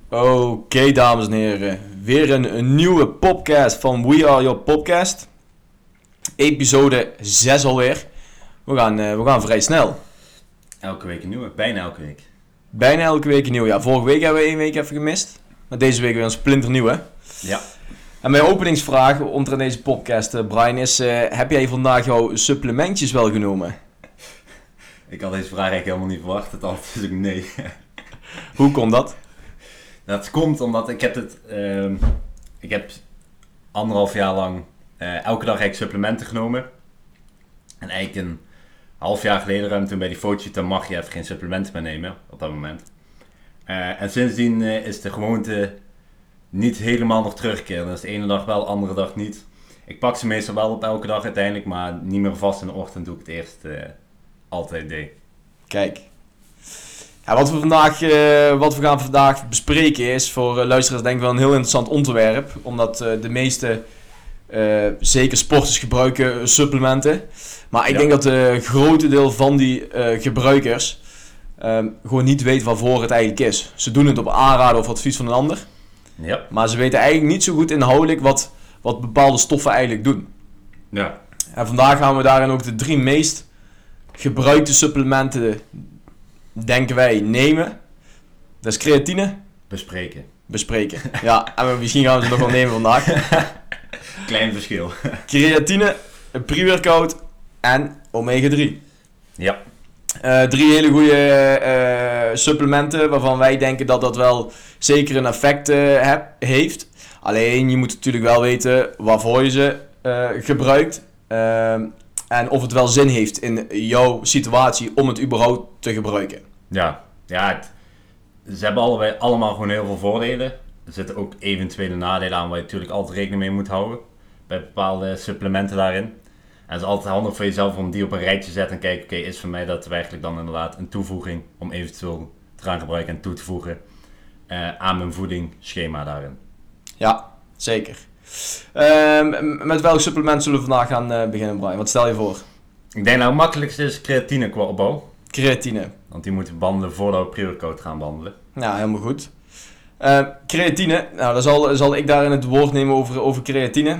Oké, dames en heren. Weer een nieuwe podcast van We Are Your Podcast. Episode 6 alweer. We gaan vrij snel. Elke week een nieuwe, bijna elke week. Bijna elke week een nieuwe. Ja, vorige week hebben we 1 week even gemist. Maar deze week weer een splinternieuw, hè? Ja. En mijn openingsvraag omtrent deze podcast, Brian, is... heb jij vandaag jouw supplementjes wel genomen? Ik had deze vraag eigenlijk helemaal niet verwacht. Het antwoord is ook nee. Hoe komt dat? Dat komt omdat ik heb 1,5 jaar lang elke dag eigenlijk supplementen genomen. En eigenlijk een half jaar geleden, ruim toen bij die fotootje, dan mag je even geen supplementen meer nemen op dat moment. En sindsdien is de gewoonte niet helemaal nog terugkeren. Dus de ene dag wel, de andere dag niet. Ik pak ze meestal wel op elke dag uiteindelijk, maar niet meer vast in de ochtend doe ik het eerst altijd deed. Kijk. Ja, wat we gaan vandaag bespreken is voor luisteraars denk ik wel een heel interessant onderwerp. Omdat de meeste, zeker sporters, gebruiken supplementen. Maar ik denk dat een grote deel van die gebruikers gewoon niet weet waarvoor het eigenlijk is. Ze doen het op aanraden of advies van een ander. Ja. Maar ze weten eigenlijk niet zo goed inhoudelijk wat bepaalde stoffen eigenlijk doen. Ja. En vandaag gaan we daarin ook de 3 meest gebruikte supplementen, denken wij, nemen. Dat is creatine. Bespreken. Ja, en misschien gaan we ze nog wel nemen vandaag. Klein verschil. Creatine, een pre-workout en omega 3. Ja. 3 hele goede supplementen waarvan wij denken dat dat wel zeker een effect heeft. Alleen je moet natuurlijk wel weten waarvoor je ze gebruikt. En of het wel zin heeft in jouw situatie om het überhaupt te gebruiken. Ja, ze hebben allemaal gewoon heel veel voordelen. Er zitten ook eventuele nadelen aan waar je natuurlijk altijd rekening mee moet houden. Bij bepaalde supplementen daarin. En het is altijd handig voor jezelf om die op een rijtje te zetten en kijken, oké, is voor mij dat werkelijk dan inderdaad een toevoeging om eventueel te gaan gebruiken en toe te voegen aan mijn voedingsschema daarin. Ja, zeker. Met welk supplement zullen we vandaag gaan beginnen, Brian? Wat stel je voor? Ik denk nou het makkelijkste is creatine qua opbouw. Creatine. Want die moeten we behandelen voordat we pre-workout gaan behandelen. Ja, helemaal goed. Creatine, nou dan zal ik daarin het woord nemen over creatine.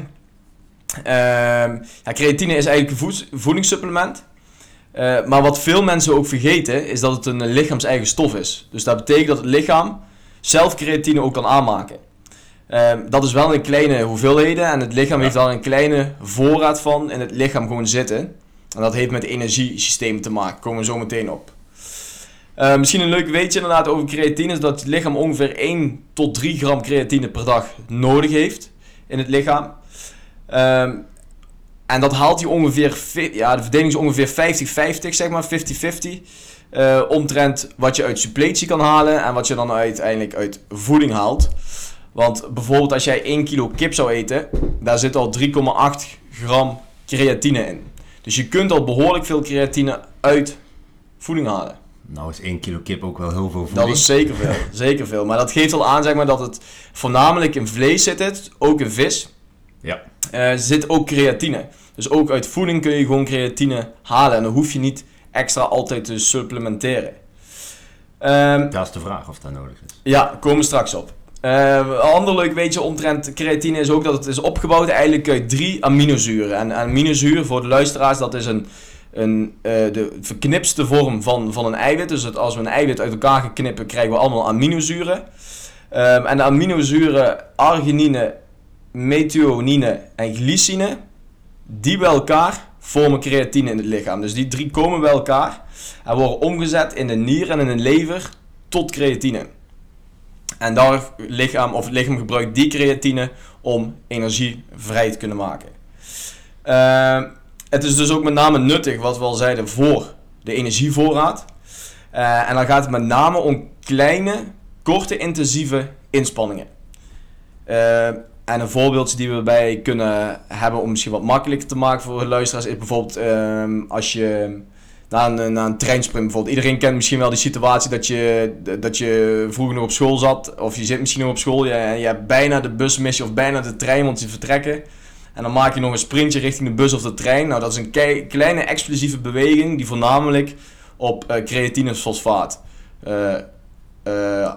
Creatine is eigenlijk een voedingssupplement. Maar wat veel mensen ook vergeten is dat het een lichaams-eigen stof is. Dus dat betekent dat het lichaam zelf creatine ook kan aanmaken. Dat is wel in kleine hoeveelheden en het lichaam heeft daar een kleine voorraad van in het lichaam gewoon zitten. En dat heeft met het energiesysteem te maken, komen we zo meteen op. Misschien een leuk weetje inderdaad over creatine is dat het lichaam ongeveer 1 tot 3 gram creatine per dag nodig heeft in het lichaam. En dat haalt hij ongeveer, de verdeling is ongeveer 50-50, zeg maar, 50-50. Omtrent wat je uit suppletie kan halen en wat je dan uiteindelijk uit voeding haalt. Want bijvoorbeeld als jij 1 kilo kip zou eten, daar zit al 3,8 gram creatine in. Dus je kunt al behoorlijk veel creatine uit voeding halen. Nou is 1 kilo kip ook wel heel veel voeding. Dat is zeker veel. Maar dat geeft al aan, zeg maar, dat het voornamelijk in vlees zit, ook in vis. Ja. Zit ook creatine. Dus ook uit voeding kun je gewoon creatine halen. En dan hoef je niet extra altijd te supplementeren. Dat is de vraag of dat nodig is. Ja, komen we straks op. Een ander leuk weetje omtrent creatine is ook dat het is opgebouwd eigenlijk uit 3 aminozuren. En aminozuur voor de luisteraars, dat is de verknipste vorm van een eiwit. Dus als we een eiwit uit elkaar gaan knippen, krijgen we allemaal aminozuren. En de aminozuren arginine, methionine en glycine, die bij elkaar vormen creatine in het lichaam. Dus die 3 komen bij elkaar en worden omgezet in de nier en in de lever tot creatine. En daar het lichaam gebruikt die creatine om energie vrij te kunnen maken. Het is dus ook met name nuttig, wat we al zeiden, voor de energievoorraad. En dan gaat het met name om kleine, korte, intensieve inspanningen. En een voorbeeldje die we erbij kunnen hebben om misschien wat makkelijker te maken voor de luisteraars is bijvoorbeeld als je na een treinsprint bijvoorbeeld. Iedereen kent misschien wel die situatie dat je vroeger nog op school zat of je zit misschien nog op school en je hebt bijna de bus mis je of bijna de trein want je vertrekken. En dan maak je nog een sprintje richting de bus of de trein. Nou, dat is een kleine explosieve beweging die voornamelijk op creatinefosfaat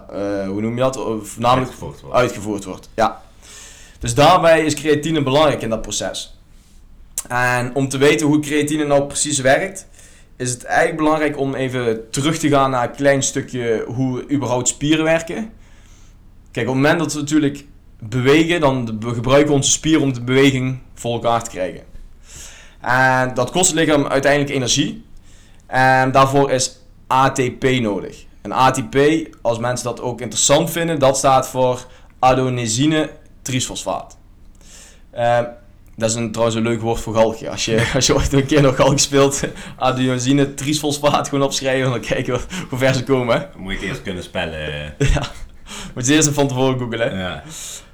hoe noem je dat? Voornamelijk uitgevoerd wordt. Ja. Dus daarbij is creatine belangrijk in dat proces. En om te weten hoe creatine nou precies werkt, is het eigenlijk belangrijk om even terug te gaan naar een klein stukje hoe überhaupt spieren werken. Kijk, op het moment dat we natuurlijk bewegen, dan gebruiken we onze spieren om de beweging voor elkaar te krijgen. En dat kost het lichaam uiteindelijk energie. En daarvoor is ATP nodig. En ATP, als mensen dat ook interessant vinden, dat staat voor adenosine triesfosfaat. Dat is trouwens een leuk woord voor galgje. Als je ooit een keer nog galg speelt, adenosine triesfosfaat gewoon opschrijven, dan kijken we hoe ver ze komen. Hè? Dan moet je het eerst kunnen spellen. Ja, moet je eerst van tevoren googlen. Ja.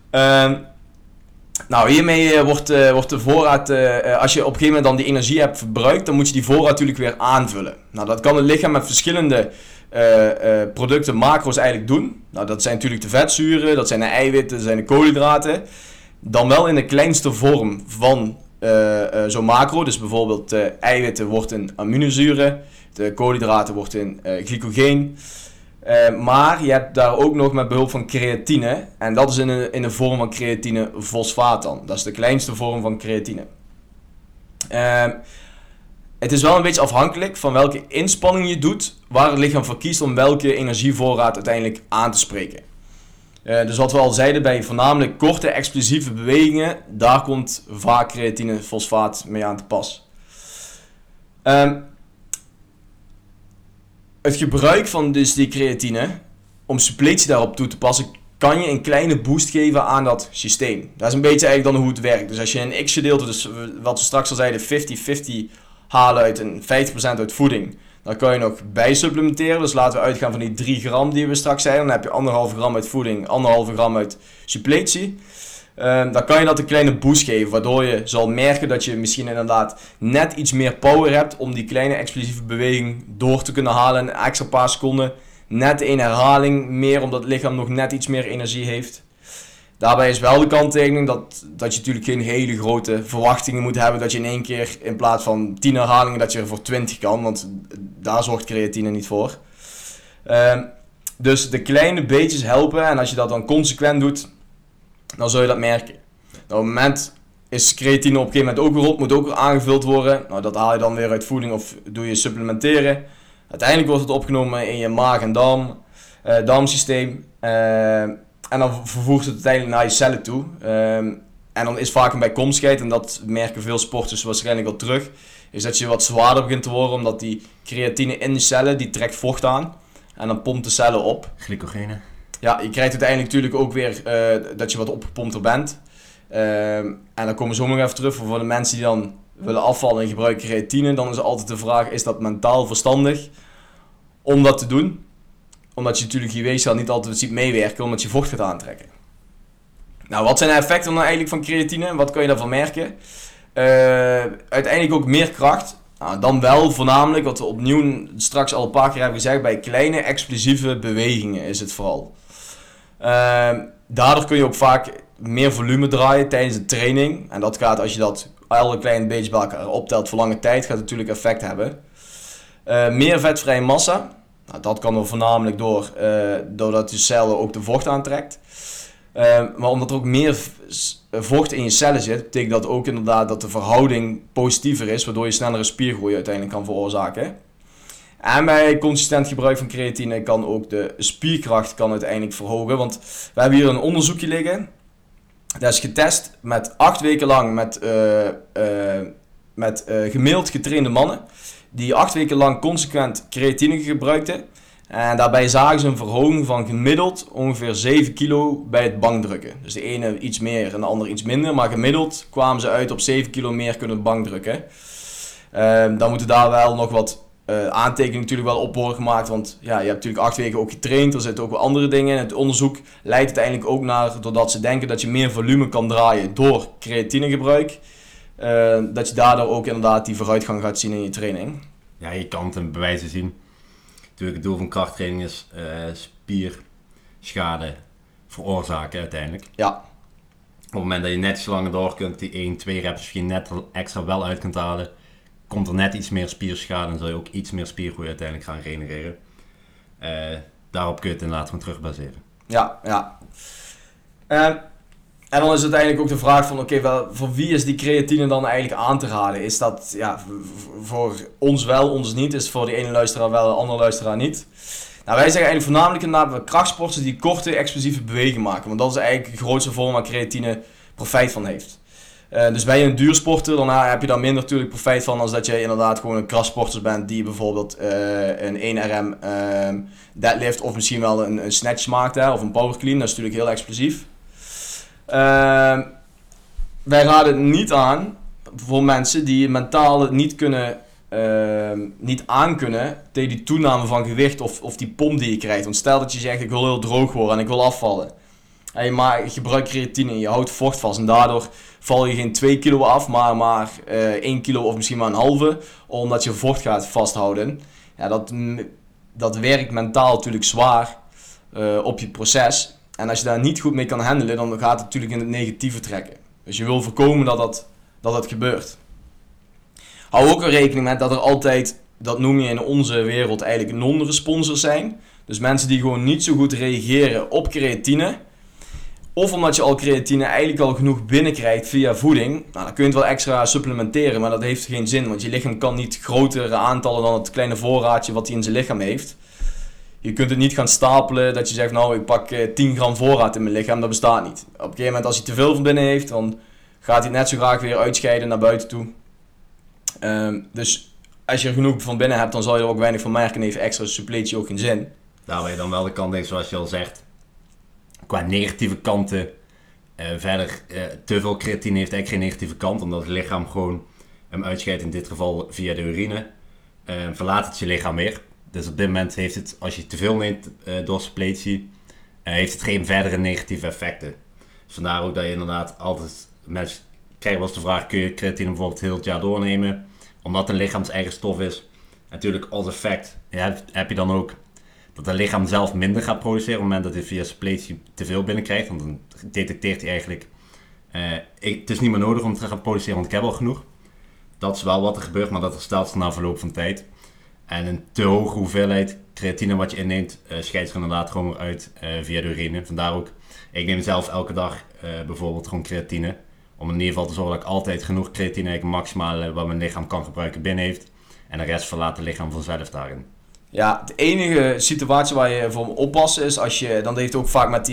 Nou, hiermee wordt de voorraad, als je op een gegeven moment dan die energie hebt verbruikt, dan moet je die voorraad natuurlijk weer aanvullen. Nou, dat kan het lichaam met verschillende producten, macro's eigenlijk doen. Nou, dat zijn natuurlijk de vetzuren, dat zijn de eiwitten, dat zijn de koolhydraten. Dan wel in de kleinste vorm van zo'n macro. Dus bijvoorbeeld eiwitten wordt in aminozuren, de koolhydraten wordt in glycogeen. Maar je hebt daar ook nog met behulp van creatine. En dat is in de vorm van creatinefosfaat dan. Dat is de kleinste vorm van creatine. Het is wel een beetje afhankelijk van welke inspanning je doet, waar het lichaam voor kiest om welke energievoorraad uiteindelijk aan te spreken. Dus wat we al zeiden, bij voornamelijk korte explosieve bewegingen, daar komt vaak creatinefosfaat mee aan te pas. Het gebruik van dus die creatine, om suppletie daarop toe te passen, kan je een kleine boost geven aan dat systeem. Dat is een beetje eigenlijk dan hoe het werkt. Dus als je een x-gedeelte, dus wat we straks al zeiden, 50-50 halen uit en 50% uit voeding, dan kan je nog bij supplementeren. Dus laten we uitgaan van die 3 gram die we straks zeiden. Dan heb je 1,5 gram uit voeding, 1,5 gram uit suppletie. Dan kan je dat een kleine boost geven, waardoor je zal merken dat je misschien inderdaad net iets meer power hebt om die kleine explosieve beweging door te kunnen halen in een extra paar seconden. Net 1 herhaling meer, omdat het lichaam nog net iets meer energie heeft. Daarbij is wel de kanttekening dat je natuurlijk geen hele grote verwachtingen moet hebben dat je in één keer in plaats van 10 herhalingen dat je er voor 20 kan, want daar zorgt creatine niet voor. Dus de kleine beetjes helpen en als je dat dan consequent doet, dan zul je dat merken. Nou, op het moment is creatine op een gegeven moment ook weer op, moet ook weer aangevuld worden. Nou, dat haal je dan weer uit voeding of doe je supplementeren. Uiteindelijk wordt het opgenomen in je maag- en darmsysteem. En dan vervoert het uiteindelijk naar je cellen toe. En dan is vaak een bijkomstigheid, en dat merken veel sporters waarschijnlijk al terug, is dat je wat zwaarder begint te worden, omdat die creatine in de cellen, die trekt vocht aan. En dan pompt de cellen op. Glycogenen. Ja, je krijgt uiteindelijk natuurlijk ook weer dat je wat opgepompter bent. En dan komen we zo nog even terug voor de mensen die dan willen afvallen en gebruiken creatine. Dan is altijd de vraag, is dat mentaal verstandig om dat te doen? Omdat je natuurlijk je weefsel niet altijd ziet meewerken, omdat je vocht gaat aantrekken. Nou, wat zijn de effecten dan eigenlijk van creatine? Wat kan je daarvan merken? Uiteindelijk ook meer kracht. Nou, dan wel voornamelijk, wat we opnieuw straks al een paar keer hebben gezegd, bij kleine explosieve bewegingen is het vooral. Daardoor kun je ook vaak meer volume draaien tijdens de training. En dat gaat, als je dat alle kleine beetje bij elkaar optelt voor lange tijd, gaat natuurlijk effect hebben. Meer vetvrije massa. Nou, dat kan er voornamelijk doordat je cellen ook de vocht aantrekt. Maar omdat er ook meer vocht in je cellen zit, betekent dat ook inderdaad dat de verhouding positiever is, waardoor je snellere spiergroei uiteindelijk kan veroorzaken. En bij consistent gebruik van creatine kan ook de spierkracht uiteindelijk verhogen. Want we hebben hier een onderzoekje liggen. Dat is getest met 8 weken lang met gemiddeld getrainde mannen. Die 8 weken lang consequent creatine gebruikten. En daarbij zagen ze een verhoging van gemiddeld ongeveer 7 kilo bij het bankdrukken. Dus de ene iets meer en de andere iets minder. Maar gemiddeld kwamen ze uit op 7 kilo meer kunnen bankdrukken. Dan moeten daar wel nog wat aantekeningen natuurlijk wel op worden gemaakt. Want ja, je hebt natuurlijk 8 weken ook getraind. Er zitten ook wel andere dingen in. Het onderzoek leidt uiteindelijk ook naar, doordat ze denken dat je meer volume kan draaien door creatinegebruik. Dat je daardoor ook inderdaad die vooruitgang gaat zien in je training. Ja, je kan het in bewijzen zien. Natuurlijk, het doel van krachttraining is spierschade veroorzaken uiteindelijk. Ja. Op het moment dat je net iets langer door kunt, die 1, 2 reps misschien net extra wel uit kunt halen, komt er net iets meer spierschade en zul je ook iets meer spiergroei uiteindelijk gaan genereren. Daarop kun je het inderdaad van terug baseren. Ja. En dan is uiteindelijk ook de vraag van, voor wie is die creatine dan eigenlijk aan te raden? Is dat voor ons wel, ons niet? Is het voor die ene luisteraar wel, de andere luisteraar niet? Nou, wij zeggen eigenlijk voornamelijk inderdaad krachtsporters die korte, explosieve bewegingen maken. Want dat is eigenlijk de grootste vorm waar creatine profijt van heeft. Dus ben je een duursporter, dan heb je daar minder natuurlijk profijt van als dat je inderdaad gewoon een krachtsporter bent die bijvoorbeeld een 1RM deadlift of misschien wel een snatch maakt, hè, of een power clean. Dat is natuurlijk heel explosief. Wij raden het niet aan voor mensen die mentaal niet aankunnen tegen die toename van gewicht of die pomp die je krijgt. Want stel dat je zegt, ik wil heel droog worden en ik wil afvallen. En je gebruikt creatine en je houdt vocht vast en daardoor val je geen 2 kilo af, maar 1 kilo of misschien maar een halve, omdat je vocht gaat vasthouden. Ja, dat werkt mentaal natuurlijk zwaar op je proces. En als je daar niet goed mee kan handelen, dan gaat het natuurlijk in het negatieve trekken. Dus je wil voorkomen dat het gebeurt. Hou ook rekening met dat er altijd, dat noem je in onze wereld eigenlijk non-responsers zijn. Dus mensen die gewoon niet zo goed reageren op creatine. Of omdat je al creatine eigenlijk al genoeg binnenkrijgt via voeding. Nou, dan kun je het wel extra supplementeren, maar dat heeft geen zin. Want je lichaam kan niet grotere aantallen dan het kleine voorraadje wat hij in zijn lichaam heeft. Je kunt het niet gaan stapelen dat je zegt, nou ik pak 10 gram voorraad in mijn lichaam. Dat bestaat niet. Op een gegeven moment als hij te veel van binnen heeft, dan gaat hij het net zo graag weer uitscheiden naar buiten toe. Dus als je er genoeg van binnen hebt, dan zal je er ook weinig van merken en heeft extra suppletie ook geen zin. Daar waar je dan wel de kant denkt, zoals je al zegt, qua negatieve kanten, te veel creatine heeft eigenlijk geen negatieve kant, omdat het lichaam gewoon hem uitscheidt, in dit geval via de urine, verlaat het je lichaam weer. Dus op dit moment heeft het, als je te veel neemt door suppletie, heeft het geen verdere negatieve effecten. Dus vandaar ook dat je inderdaad altijd, mensen krijgen wel eens de vraag, kun je creatine bijvoorbeeld heel het jaar doornemen, omdat het een lichaams-eigen stof is. Natuurlijk als effect heb je dan ook dat het lichaam zelf minder gaat produceren op het moment dat hij via suppletie te veel binnenkrijgt. Want dan detecteert hij eigenlijk, het is niet meer nodig om te gaan produceren, want ik heb al genoeg. Dat is wel wat er gebeurt, maar dat herstelt zich na verloop van tijd. En een te hoge hoeveelheid creatine wat je inneemt, scheidt zich inderdaad gewoon uit via de urine. Vandaar ook, ik neem zelf elke dag bijvoorbeeld gewoon creatine. Om in ieder geval te zorgen dat ik altijd genoeg creatine, eigenlijk maximaal wat mijn lichaam kan gebruiken, binnen heeft. En de rest verlaat het lichaam vanzelf daarin. Ja, de enige situatie waar je voor moet oppassen is als je, dan heeft het ook vaak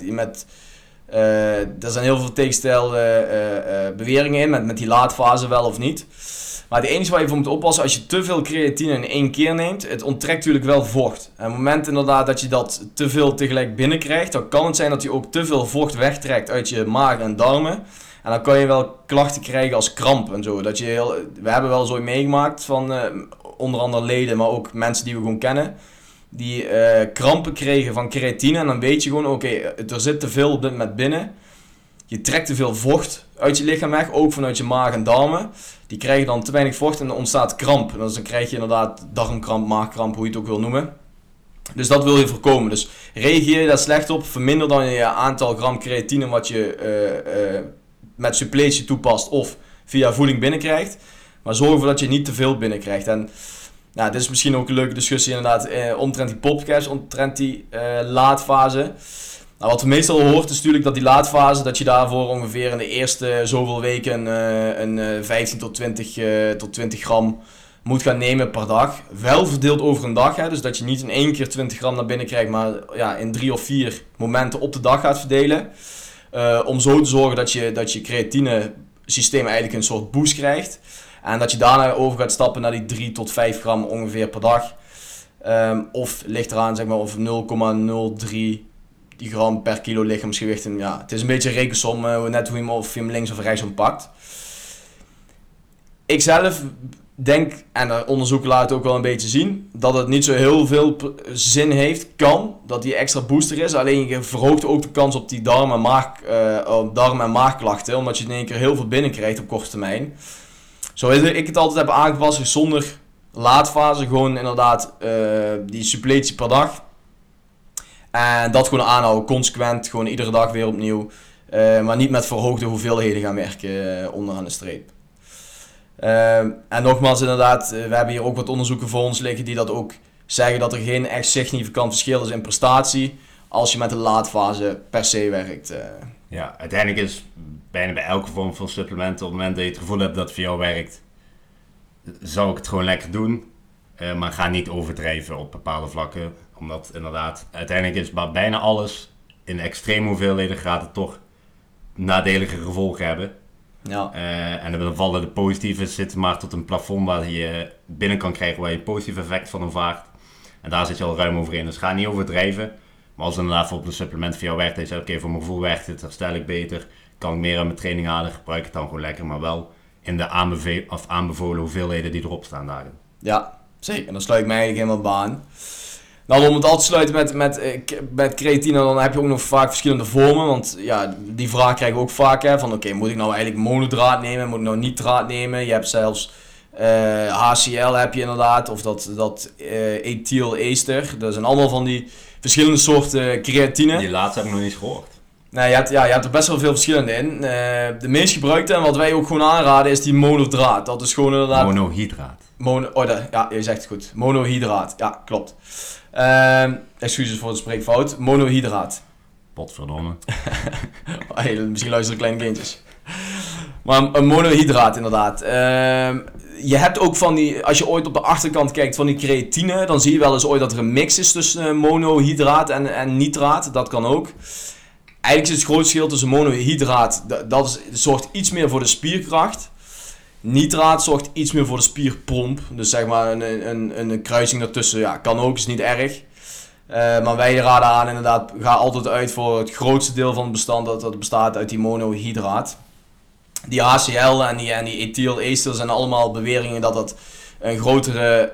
er zijn heel veel tegenstelde beweringen in, met die laadfase wel of niet. Maar de enige waar je voor moet oppassen, als je te veel creatine in één keer neemt, het onttrekt natuurlijk wel vocht. En op het moment inderdaad dat je dat te veel tegelijk binnenkrijgt, dan kan het zijn dat je ook te veel vocht wegtrekt uit je maag en darmen. En dan kan je wel klachten krijgen als kramp en zo. We hebben wel zo meegemaakt van onder andere leden, maar ook mensen die we gewoon kennen, die krampen kregen van creatine. En dan weet je gewoon, er zit te veel op dit moment binnen. Je trekt te veel vocht uit je lichaam weg, ook vanuit je maag en darmen. Die krijgen dan te weinig vocht en dan ontstaat kramp. En dan krijg je inderdaad darmkramp, maagkramp, hoe je het ook wil noemen. Dus dat wil je voorkomen. Dus reageer je daar slecht op, verminder dan je aantal gram creatine wat je met suppletie toepast of via voeding binnenkrijgt. Maar zorg ervoor dat je niet te veel binnenkrijgt. En nou, dit is misschien ook een leuke discussie inderdaad omtrent die popcaps, omtrent die laadfase. Nou, wat we meestal hoort is natuurlijk dat die laadfase, dat je daarvoor ongeveer in de eerste zoveel weken een 15 tot 20 gram moet gaan nemen per dag. Wel verdeeld over een dag, hè, dus dat je niet in één keer 20 gram naar binnen krijgt, maar in 3 of 4 momenten op de dag gaat verdelen. Om zo te zorgen dat je creatine systeem eigenlijk een soort boost krijgt. En dat je daarna over gaat stappen naar die 3 tot 5 gram ongeveer per dag. Of ligt eraan, zeg maar, of 0,03 gram per kilo lichaamsgewicht. En ja, het is een beetje een rekensom, net hoe je hem links of rechtsom pakt. Ik zelf denk, en de onderzoeken laten ook wel een beetje zien, dat het niet zo heel veel zin heeft, dat die extra booster is. Alleen je verhoogt ook de kans op die darm- en maagklachten, omdat je in één keer heel veel binnenkrijgt op korte termijn. Zoals ik het altijd heb aangepast, zonder laadfase, gewoon inderdaad die suppletie per dag. En dat gewoon aanhouden, consequent, gewoon iedere dag weer opnieuw. Maar niet met verhoogde hoeveelheden gaan werken onderaan de streep. En nogmaals inderdaad, we hebben hier ook wat onderzoeken voor ons liggen die dat ook zeggen dat er geen echt significant verschil is in prestatie als je met de laadfase per se werkt. Ja, uiteindelijk is bijna bij elke vorm van supplementen, op het moment dat je het gevoel hebt dat het voor jou werkt, zou ik het gewoon lekker doen. Maar ga niet overdrijven op bepaalde vlakken. Omdat inderdaad, uiteindelijk is bijna alles in extreme hoeveelheden gaat het toch nadelige gevolgen hebben. Ja. En dan vallen de positieve zitten maar tot een plafond waar je binnen kan krijgen waar je een positief effect van ervaart. En daar zit je al ruim over in. Dus ga niet overdrijven. Maar als inderdaad voor een supplement voor jou werkt, dat je zegt, oké, voor mijn gevoel werkt het, herstel ik beter, kan ik meer aan mijn training halen, gebruik het dan gewoon lekker, maar wel in de aanbevolen hoeveelheden die erop staan daarin. Ja, zeker. En dan sluit ik mij eigenlijk helemaal bij aan. Nou, om het af te sluiten met creatine, dan heb je ook nog vaak verschillende vormen. Want ja, die vraag krijgen we ook vaak. Hè, van oké, moet ik nou eigenlijk monodraad nemen? Moet ik nou nitraat nemen? Je hebt zelfs HCl heb je inderdaad. Of dat ethylester. Dat zijn allemaal van die verschillende soorten creatine. Die laatste heb ik nog niet gehoord. Nou, je hebt er best wel veel verschillende in. De meest gebruikte en wat wij ook gewoon aanraden is die monodraad. Dat is gewoon inderdaad... Monohydraat. Ja, je zegt het goed. Monohydraat. Ja, klopt. Excuses voor de spreekfout. Monohydraat. Potverdomme. Misschien luisteren kleine kindjes. Maar een monohydraat inderdaad. Je hebt ook van die, als je ooit op de achterkant kijkt van die creatine, dan zie je wel eens ooit dat er een mix is tussen monohydraat en nitraat. Dat kan ook. Eigenlijk is het groot verschil tussen monohydraat, dat zorgt iets meer voor de spierkracht. Nitraat zorgt iets meer voor de spierpomp. Dus zeg maar een kruising daartussen, ja, kan ook, is niet erg. Maar wij raden aan inderdaad, ga altijd uit voor het grootste deel van het bestand dat bestaat uit die monohydraat. Die HCl en die ethylester zijn allemaal beweringen dat dat een grotere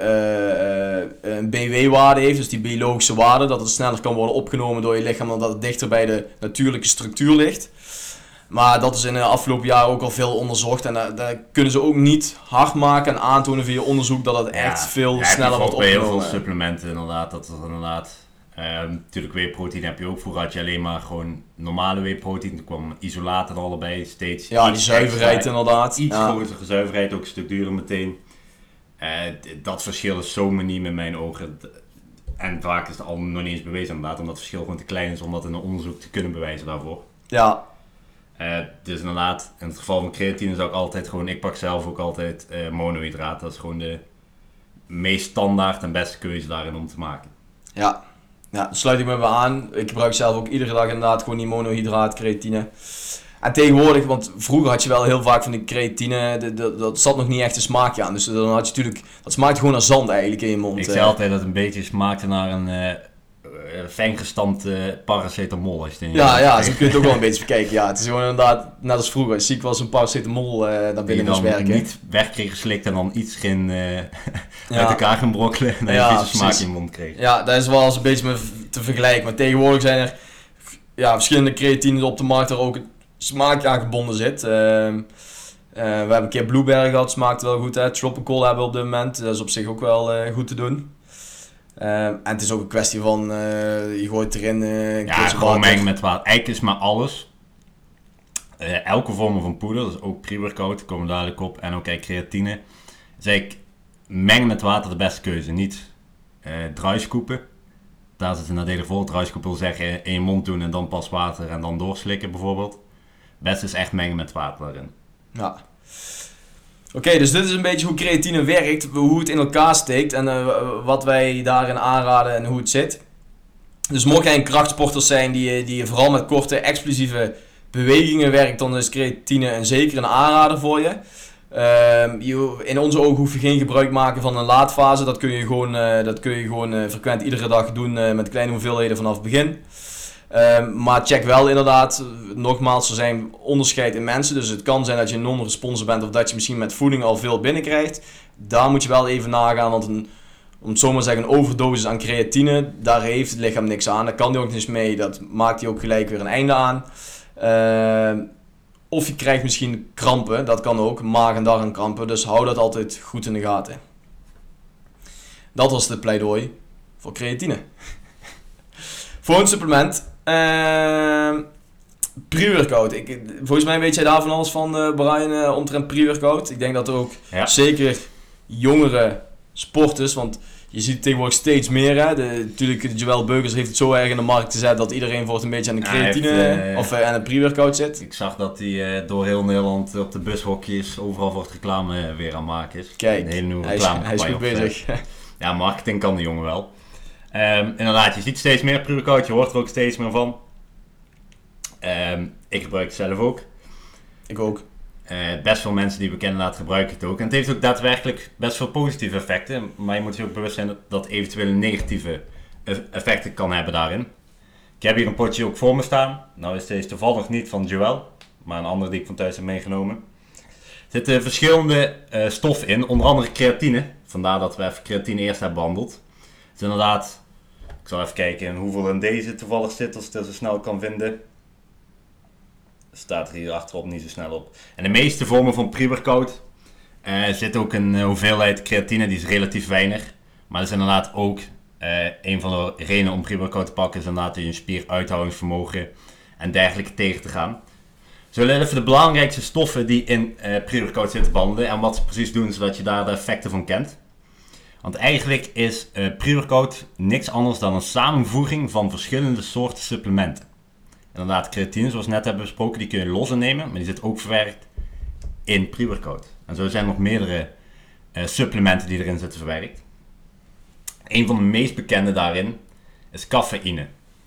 BW-waarde heeft, dus die biologische waarde, dat het sneller kan worden opgenomen door je lichaam omdat het dichter bij de natuurlijke structuur ligt. Maar dat is in de afgelopen jaren ook al veel onderzocht en daar kunnen ze ook niet hard maken en aantonen via onderzoek dat het echt veel sneller wordt opgenomen. Bij heel veel supplementen inderdaad, dat er inderdaad, natuurlijk whey-protein heb je ook, vroeger had je alleen maar gewoon normale whey-protein, er kwam isolaten er allebei steeds. Ja, die zuiverheid inderdaad. Iets grotere zuiverheid, ook een stuk duurder meteen. Dat verschil is zo miniem in mijn ogen. En vaak is het al nog niet eens bewezen inderdaad, omdat het verschil gewoon te klein is om dat in een onderzoek te kunnen bewijzen daarvoor. Ja. Dus inderdaad, in het geval van creatine zou ik altijd gewoon, ik pak zelf ook altijd monohydraat. Dat is gewoon de meest standaard en beste keuze daarin om te maken. Ja, daar sluit ik me bij aan. Ik gebruik zelf ook iedere dag inderdaad gewoon die monohydraat, creatine. En tegenwoordig, want vroeger had je wel heel vaak van die creatine, dat zat nog niet echt een smaakje aan. Dus dan had je natuurlijk, dat smaakt gewoon naar zand eigenlijk in je mond. Ik zei altijd dat het een beetje smaakte naar een fijn gestampte paracetamol. Als je ja, zo kun je het ook wel een beetje bekijken. Ja, het is gewoon inderdaad, net als vroeger, als ziek was een paracetamol naar binnen moest werken. Die niet weg kreeg geslikt en dan iets ging uit elkaar gaan brokkelen en dan een beetje smaak in je mond kreeg. Ja, dat is wel eens een beetje mee te vergelijken. Maar tegenwoordig zijn er verschillende creatines op de markt waar ook smaak aan gebonden zit. We hebben een keer Blueberry gehad, smaakt wel goed. Hè? Tropical hebben we op dit moment, dat is op zich ook wel goed te doen. En het is ook een kwestie van, je gooit erin gewoon mengen met water. Eigenlijk is maar alles. Elke vorm van poeder, dus ook pre-workout, daar komen we dadelijk op. En ook creatine. Dus eigenlijk mengen met water de beste keuze. Niet dry scoopen. Daar zit een nadelig voor. Dry scoop wil zeggen in je mond doen en dan pas water en dan doorslikken bijvoorbeeld. Het beste is echt mengen met water daarin. Ja. Oké, dus dit is een beetje hoe creatine werkt, hoe het in elkaar steekt en wat wij daarin aanraden en hoe het zit. Dus mocht jij een krachtsporter zijn die vooral met korte explosieve bewegingen werkt, dan is creatine zeker een aanrader voor je. In onze ogen hoef je geen gebruik maken van een laadfase, dat kun je gewoon frequent iedere dag doen met kleine hoeveelheden vanaf het begin. Maar check wel inderdaad, nogmaals, er zijn onderscheid in mensen. Dus het kan zijn dat je een non-responder bent of dat je misschien met voeding al veel binnenkrijgt. Daar moet je wel even nagaan, want om het zo maar te zeggen, een overdosis aan creatine, daar heeft het lichaam niks aan. Daar kan hij ook niks mee, dat maakt hij ook gelijk weer een einde aan. Of je krijgt misschien krampen, dat kan ook, maag- en darmkrampen. Dus hou dat altijd goed in de gaten. Dat was het pleidooi voor creatine. Voor een supplement. Pre-workout. Volgens mij weet jij daar van alles van, omtrent pre-workout. Ik denk dat er ook zeker jongere sporters, want je ziet het tegenwoordig steeds meer. Hè? Natuurlijk, Joël Beukers heeft het zo erg in de markt gezet dat iedereen voor het een beetje aan de creatine of aan de pre-workout zit. Ik zag dat hij door heel Nederland op de bushokjes overal voor het reclame weer aan het maken is. Kijk, een hele nieuwe hij is goed bezig. Ja, marketing kan de jongen wel. Inderdaad, je ziet steeds meer pre-workout, je hoort er ook steeds meer van. Ik gebruik het zelf ook. Ik ook. Best veel mensen die we kennen inderdaad gebruiken het ook. En het heeft ook daadwerkelijk best veel positieve effecten. Maar je moet je ook bewust zijn dat eventuele negatieve effecten kan hebben daarin. Ik heb hier een potje ook voor me staan. Nou is deze toevallig niet van Joël, maar een andere die ik van thuis heb meegenomen. Er zitten verschillende stoffen in, onder andere creatine. Vandaar dat we even creatine eerst hebben behandeld. Het is inderdaad, ik zal even kijken hoeveel in deze toevallig zit, als ik het zo snel kan vinden. Staat er hier achterop niet zo snel op. En de meeste vormen van pre-workout zit ook een hoeveelheid creatine, die is relatief weinig. Maar dat is inderdaad ook een van de redenen om pre-workout te pakken, is inderdaad je spieruithoudingsvermogen en dergelijke tegen te gaan. We zullen even de belangrijkste stoffen die in pre-workout zitten behandelen en wat ze precies doen, zodat je daar de effecten van kent. Want eigenlijk is pre-workout niks anders dan een samenvoeging van verschillende soorten supplementen. Inderdaad, creatine, zoals we net hebben besproken, die kun je los innemen, maar die zit ook verwerkt in pre-workout. En zo zijn er nog meerdere supplementen die erin zitten verwerkt. Een van de meest bekende daarin is cafeïne.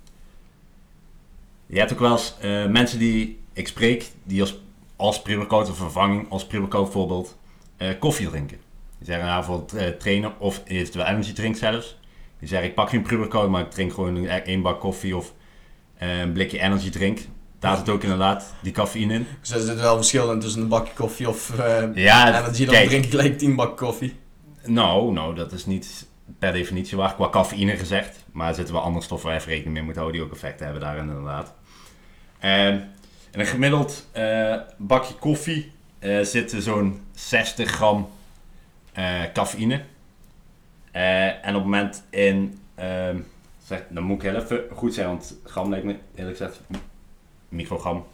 Je hebt ook wel eens mensen die ik spreek, die als pre-workout of vervanging, als pre-workout bijvoorbeeld, koffie drinken. Die zeggen ja, voor het trainen of eventueel energy drink zelfs. Die zeggen ik pak geen pre-workout, maar ik drink gewoon 1 bak koffie of een blikje energy drink. Daar zit ook inderdaad die cafeïne in. Dus er zit wel verschil in tussen een bakje koffie of energy, dan kijk, drink ik gelijk 10 bak koffie. Nou, dat is niet per definitie waar, qua cafeïne gezegd. Maar er zitten wel andere stoffen waar je even rekening mee moet houden die ook effecten hebben daarin inderdaad. En een gemiddeld bakje koffie zit zo'n 60 gram cafeïne. En op het moment in... dan moet ik heel even goed zijn, want gram lijkt me eerlijk gezegd microgram.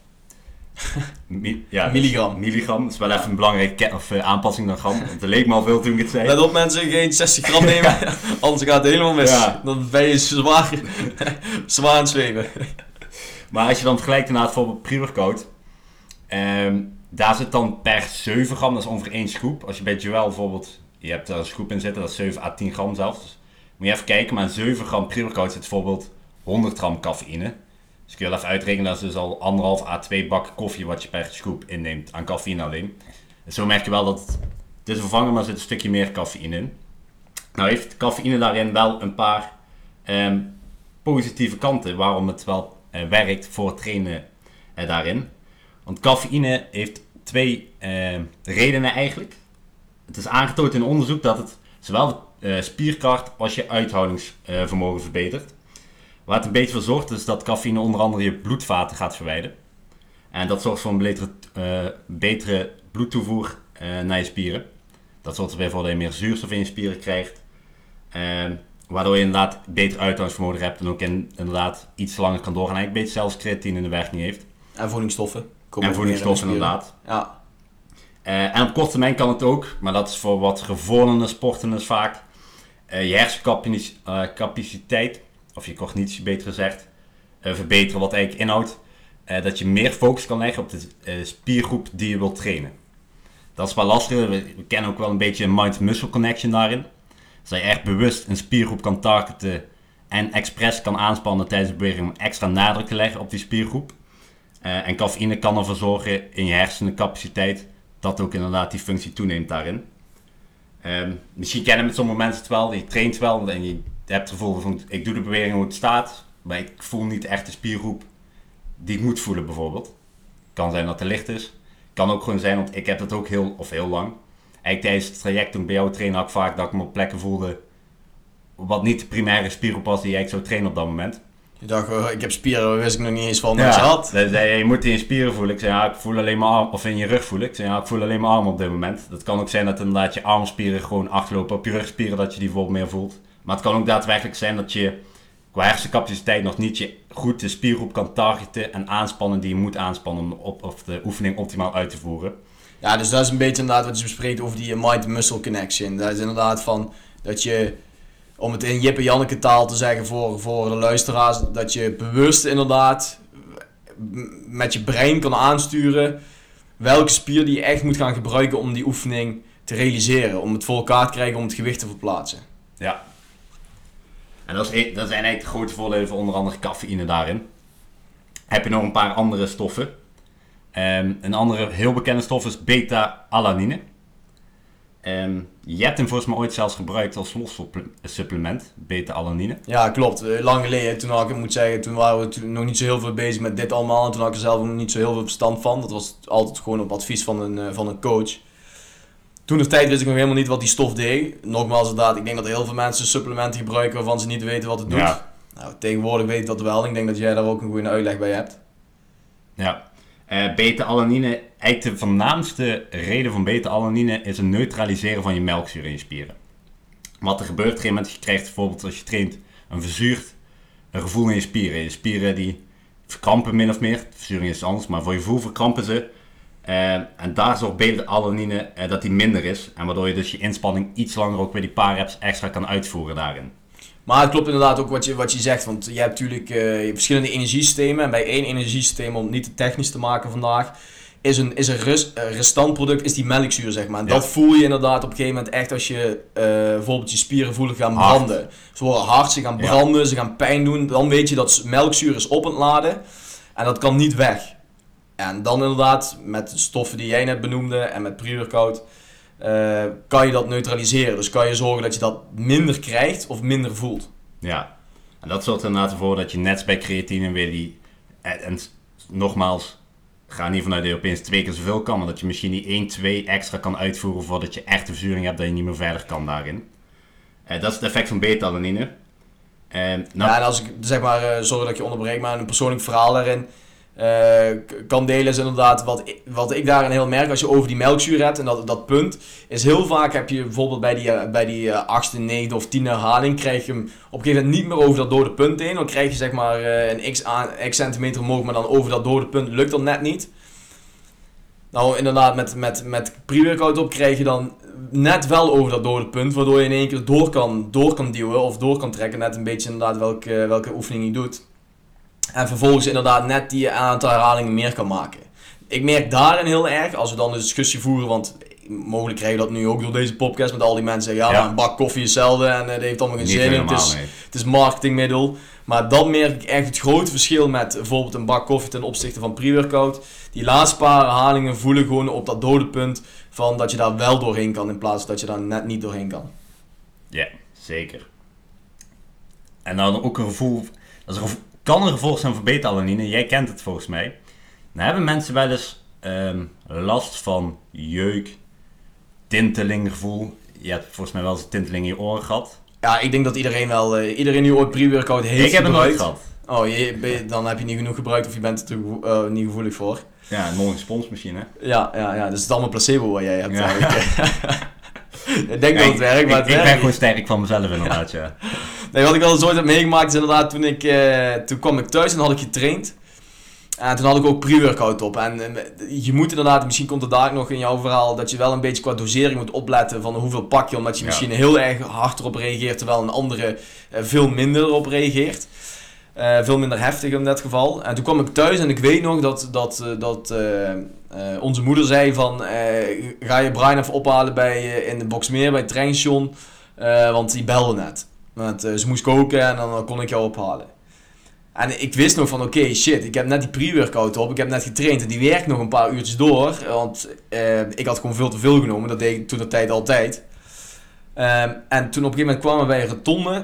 Milligram. Milligram, dat is wel even een belangrijke aanpassing dan gram. Want het leek me al veel toen ik het zei. Let op mensen, geen 60 gram nemen, anders gaat het helemaal mis. Ja. Dan ben je zwaar aan het zweven. Maar als je dan vergelijkt inderdaad bijvoorbeeld pre-workout, daar zit dan per 7 gram, dat is ongeveer 1 scoop. Als je bij Joël bijvoorbeeld, je hebt daar een scoop in zitten, dat is 7 à 10 gram zelfs. Dus moet je even kijken, maar 7 gram pre-workout zit bijvoorbeeld 100 gram cafeïne. Dus kun je wel even uitrekenen, dat is dus al 1,5 à 2 bakken koffie wat je per scoop inneemt aan cafeïne alleen. Dus zo merk je wel dat het is vervangen, maar er zit een stukje meer cafeïne in. Nou heeft cafeïne daarin wel een paar positieve kanten waarom het wel werkt voor het trainen daarin. Want cafeïne heeft 2 redenen eigenlijk. Het is aangetoond in onderzoek dat het zowel spierkracht als je uithoudingsvermogen verbetert. Waar het een beetje voor zorgt is dat cafeïne onder andere je bloedvaten gaat verwijden. En dat zorgt voor een betere bloedtoevoer naar je spieren. Dat zorgt er weer voor dat je meer zuurstof in je spieren krijgt. Waardoor je inderdaad beter uithoudingsvermogen hebt en ook inderdaad iets langer kan doorgaan. Eigenlijk een beetje zelfs creatine in de werking heeft. En voedingsstoffen. En voedingsstoffen inderdaad. Ja. En op korte termijn kan het ook, maar dat is voor wat gevorderde sporters vaak, je hersencapaciteit, of je cognitie beter gezegd, verbeteren, wat eigenlijk inhoudt dat je meer focus kan leggen op de spiergroep die je wilt trainen. Dat is wel lastig, we kennen ook wel een beetje een mind-muscle connection daarin. Dus dat je echt bewust een spiergroep kan targeten en expres kan aanspannen tijdens de beweging om extra nadruk te leggen op die spiergroep. En cafeïne kan ervoor zorgen in je hersencapaciteit dat ook inderdaad die functie toeneemt daarin. Misschien kennen met sommige mensen het wel, je traint wel en je hebt het gevoel van ik doe de beweging hoe het staat, maar ik voel niet echt de spiergroep die ik moet voelen bijvoorbeeld. Kan zijn dat het licht is, kan ook gewoon zijn, want ik heb dat ook heel lang. Eigenlijk tijdens het traject toen ik bij jou trainde had ik vaak dat ik me op plekken voelde wat niet de primaire spiergroep was die je eigenlijk zou trainen op dat moment. Je dacht, ik heb spieren, wist ik nog niet eens van dat je had. Je moet in je spieren voelen. Ik zei, ja, ik voel alleen maar arm, of in je rug voelen. Ik zei, ja, ik voel alleen maar arm op dit moment. Dat kan ook zijn dat inderdaad je armspieren gewoon achterlopen op je rugspieren, dat je die bijvoorbeeld meer voelt. Maar het kan ook daadwerkelijk zijn dat je qua hersencapaciteit nog niet je goed de spiergroep kan targeten en aanspannen die je moet aanspannen om de oefening optimaal uit te voeren. Ja, dus dat is een beetje inderdaad wat je bespreekt over die mind-muscle connection. Dat is inderdaad van dat je om het in Jip en Janneke taal te zeggen voor de luisteraars, dat je bewust inderdaad met je brein kan aansturen welke spier die je echt moet gaan gebruiken om die oefening te realiseren. Om het voor elkaar te krijgen om het gewicht te verplaatsen. Ja. En dat zijn eigenlijk de grote voordelen van onder andere cafeïne daarin. Heb je nog een paar andere stoffen. Een andere heel bekende stof is beta-alanine. Je hebt hem volgens mij ooit zelfs gebruikt als los supplement, beta-alanine. Ja, klopt. Lang geleden, toen waren we nog niet zo heel veel bezig met dit allemaal. En toen had ik er zelf nog niet zo heel veel verstand van. Dat was altijd gewoon op advies van een coach. Toen de tijd wist ik nog helemaal niet wat die stof deed. Nogmaals, inderdaad, ik denk dat heel veel mensen supplementen gebruiken waarvan ze niet weten wat het doet. Ja. Nou, tegenwoordig weet ik dat wel. Ik denk dat jij daar ook een goede uitleg bij hebt. Ja. Beta-alanine, eigenlijk de voornaamste reden van beta-alanine is een neutraliseren van je melkzuur in je spieren. Wat er gebeurt op een gegeven moment, je krijgt bijvoorbeeld als je traint een verzuurd gevoel in je spieren. Je spieren die verkrampen min of meer, verzuring is anders, maar voor je gevoel verkrampen ze. En daar zorgt beta-alanine dat die minder is. En waardoor je dus je inspanning iets langer ook weer die paar reps extra kan uitvoeren daarin. Maar het klopt inderdaad ook wat je zegt, want je hebt natuurlijk verschillende energiesystemen. En bij één energiesysteem, om het niet te technisch te maken vandaag, is een restantproduct is die melkzuur, zeg maar. En dat voel je inderdaad op een gegeven moment echt als je bijvoorbeeld je spieren voelen gaan branden. Ze worden hard, ze gaan branden, ze gaan pijn doen. Dan weet je dat melkzuur is op het laden en dat kan niet weg. En dan inderdaad, met de stoffen die jij net benoemde en met pre-workout, kan je dat neutraliseren. Dus kan je zorgen dat je dat minder krijgt of minder voelt. Ja, en dat zorgt er inderdaad voor dat je net bij creatine weer die... En nogmaals, ga niet vanuit dat je opeens 2 keer zoveel kan, maar dat je misschien die 1, 2 extra kan uitvoeren voordat je echt de verzuring hebt dat je niet meer verder kan daarin. Dat is het effect van beta-alanine. En als ik zeg maar, sorry dat je onderbreekt, maar een persoonlijk verhaal daarin kan delen is inderdaad wat ik daarin heel merk als je over die melkzuur hebt en dat punt is heel vaak heb je bijvoorbeeld bij die 8e, 9e of 10e herhaling krijg je hem op een gegeven moment niet meer over dat dode punt heen. Dan krijg je zeg maar een x centimeter omhoog, maar dan over dat dode punt lukt dat net niet. Nou inderdaad met pre-workout op krijg je dan net wel over dat dode punt, waardoor je in één keer door kan duwen of door kan trekken, net een beetje inderdaad welke oefening je doet. En vervolgens inderdaad net die aantal herhalingen meer kan maken. Ik merk daarin heel erg, als we dan een discussie voeren, want mogelijk krijg je dat nu ook door deze podcast met al die mensen zeggen, maar een bak koffie is hetzelfde en dat heeft allemaal geen zin in. Het is marketingmiddel. Maar dan merk ik echt het grote verschil met bijvoorbeeld een bak koffie ten opzichte van pre-workout. Die laatste paar herhalingen voelen gewoon op dat dode punt van dat je daar wel doorheen kan in plaats van dat je daar net niet doorheen kan. Ja, zeker. En dan ook een gevoel, kan een gevolg zijn van beta-alanine, jij kent het volgens mij. Dan hebben mensen wel eens last van jeuk, tintelinggevoel. Je hebt volgens mij wel eens een tinteling in je oren gehad. Ja, ik denk dat iedereen die ooit pre-workout heeft ik heb het nooit gehad. Oh, dan heb je niet genoeg gebruikt of je bent er niet gevoelig voor. Ja, een mooie spons misschien hè. Ja, dus het is allemaal placebo wat jij hebt. Ja. Ik denk dat het werkt, maar ik ben gewoon sterk van mezelf inderdaad, ja. Nee, wat ik wel eens ooit heb meegemaakt is inderdaad toen kwam ik thuis en had ik getraind. En toen had ik ook pre-workout op. En je moet inderdaad, misschien komt het daar nog in jouw verhaal, dat je wel een beetje qua dosering moet opletten van hoeveel pak je. Omdat je misschien heel erg hard erop reageert, terwijl een andere veel minder erop reageert. Veel minder heftig in dat geval. En toen kwam ik thuis en ik weet nog dat onze moeder zei van, ga je Brian even ophalen in de Boxmeer bij het treinstation, want die belde net. Want ze moest koken en dan kon ik jou ophalen. En ik wist nog van oké, shit, ik heb net die pre-workout op, ik heb net getraind en die werkt nog een paar uurtjes door. Want ik had gewoon veel te veel genomen, dat deed ik toen de tijd altijd. En toen op een gegeven moment kwamen we bij een rotonde.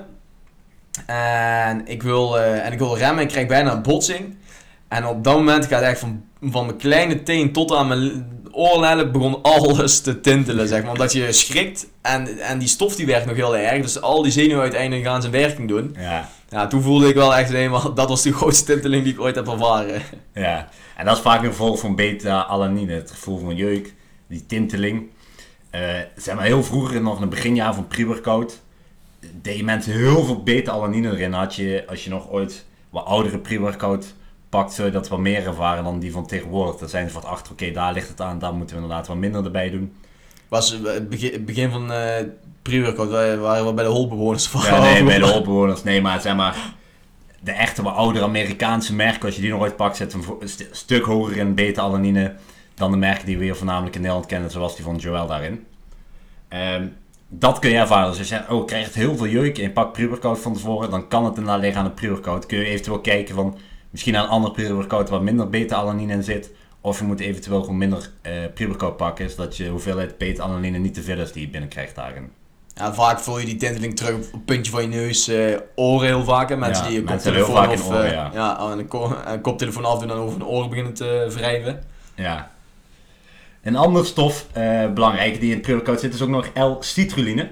En ik wil remmen en ik krijg bijna een botsing. En op dat moment gaat echt van mijn kleine teen tot aan mijn oorlellen begon alles te tintelen, zeg maar. Omdat je schrikt en die stof die werkt nog heel erg. Dus al die zenuwen uiteindelijk gaan zijn werking doen. Ja, toen voelde ik wel echt helemaal, dat was de grootste tinteling die ik ooit heb ervaren. Ja, en dat is vaak een gevolg van beta-alanine, het gevoel van jeuk, die tinteling. Zeg maar heel vroeger, nog in het beginjaar van pre-workout, deden mensen heel veel beta-alanine erin. Als je nog ooit wat oudere pre-workout pakt, zul je dat wat meer ervaren dan die van tegenwoordig. Dan zijn ze wat achter, oké, daar ligt het aan, daar moeten we inderdaad wat minder erbij doen. was het begin van pre-workout, waren we bij de holbewoners van. Ja, nee, bij de holbewoners. Nee, maar zeg maar, de echte wat oudere Amerikaanse merken, als je die nog ooit pakt, zit een stuk hoger in beta-alanine dan de merken die we hier voornamelijk in Nederland kennen, zoals die van Joel daarin. Dat kun je ervaren. Dus als je zegt, je krijgt heel veel jeuk en je pakt pre-workout van tevoren, dan kan het inderdaad liggen aan de pre-workout. Kun je eventueel kijken van, misschien aan een andere pre-workout waar minder beta-alanine in zit, of je moet eventueel gewoon minder pre-workout pakken, zodat je hoeveelheid beta-alanine niet te veel is die je binnenkrijgt daarin. Ja, vaak voel je die tinteling terug op het puntje van je neus, oren heel vaak. Hè? Mensen die een koptelefoon heel vaak in oren, een koptelefoon afdoen en over hun oren beginnen te wrijven. Ja. Een andere stof, belangrijk, die in het pre-workout zit, is ook nog L-citrulline.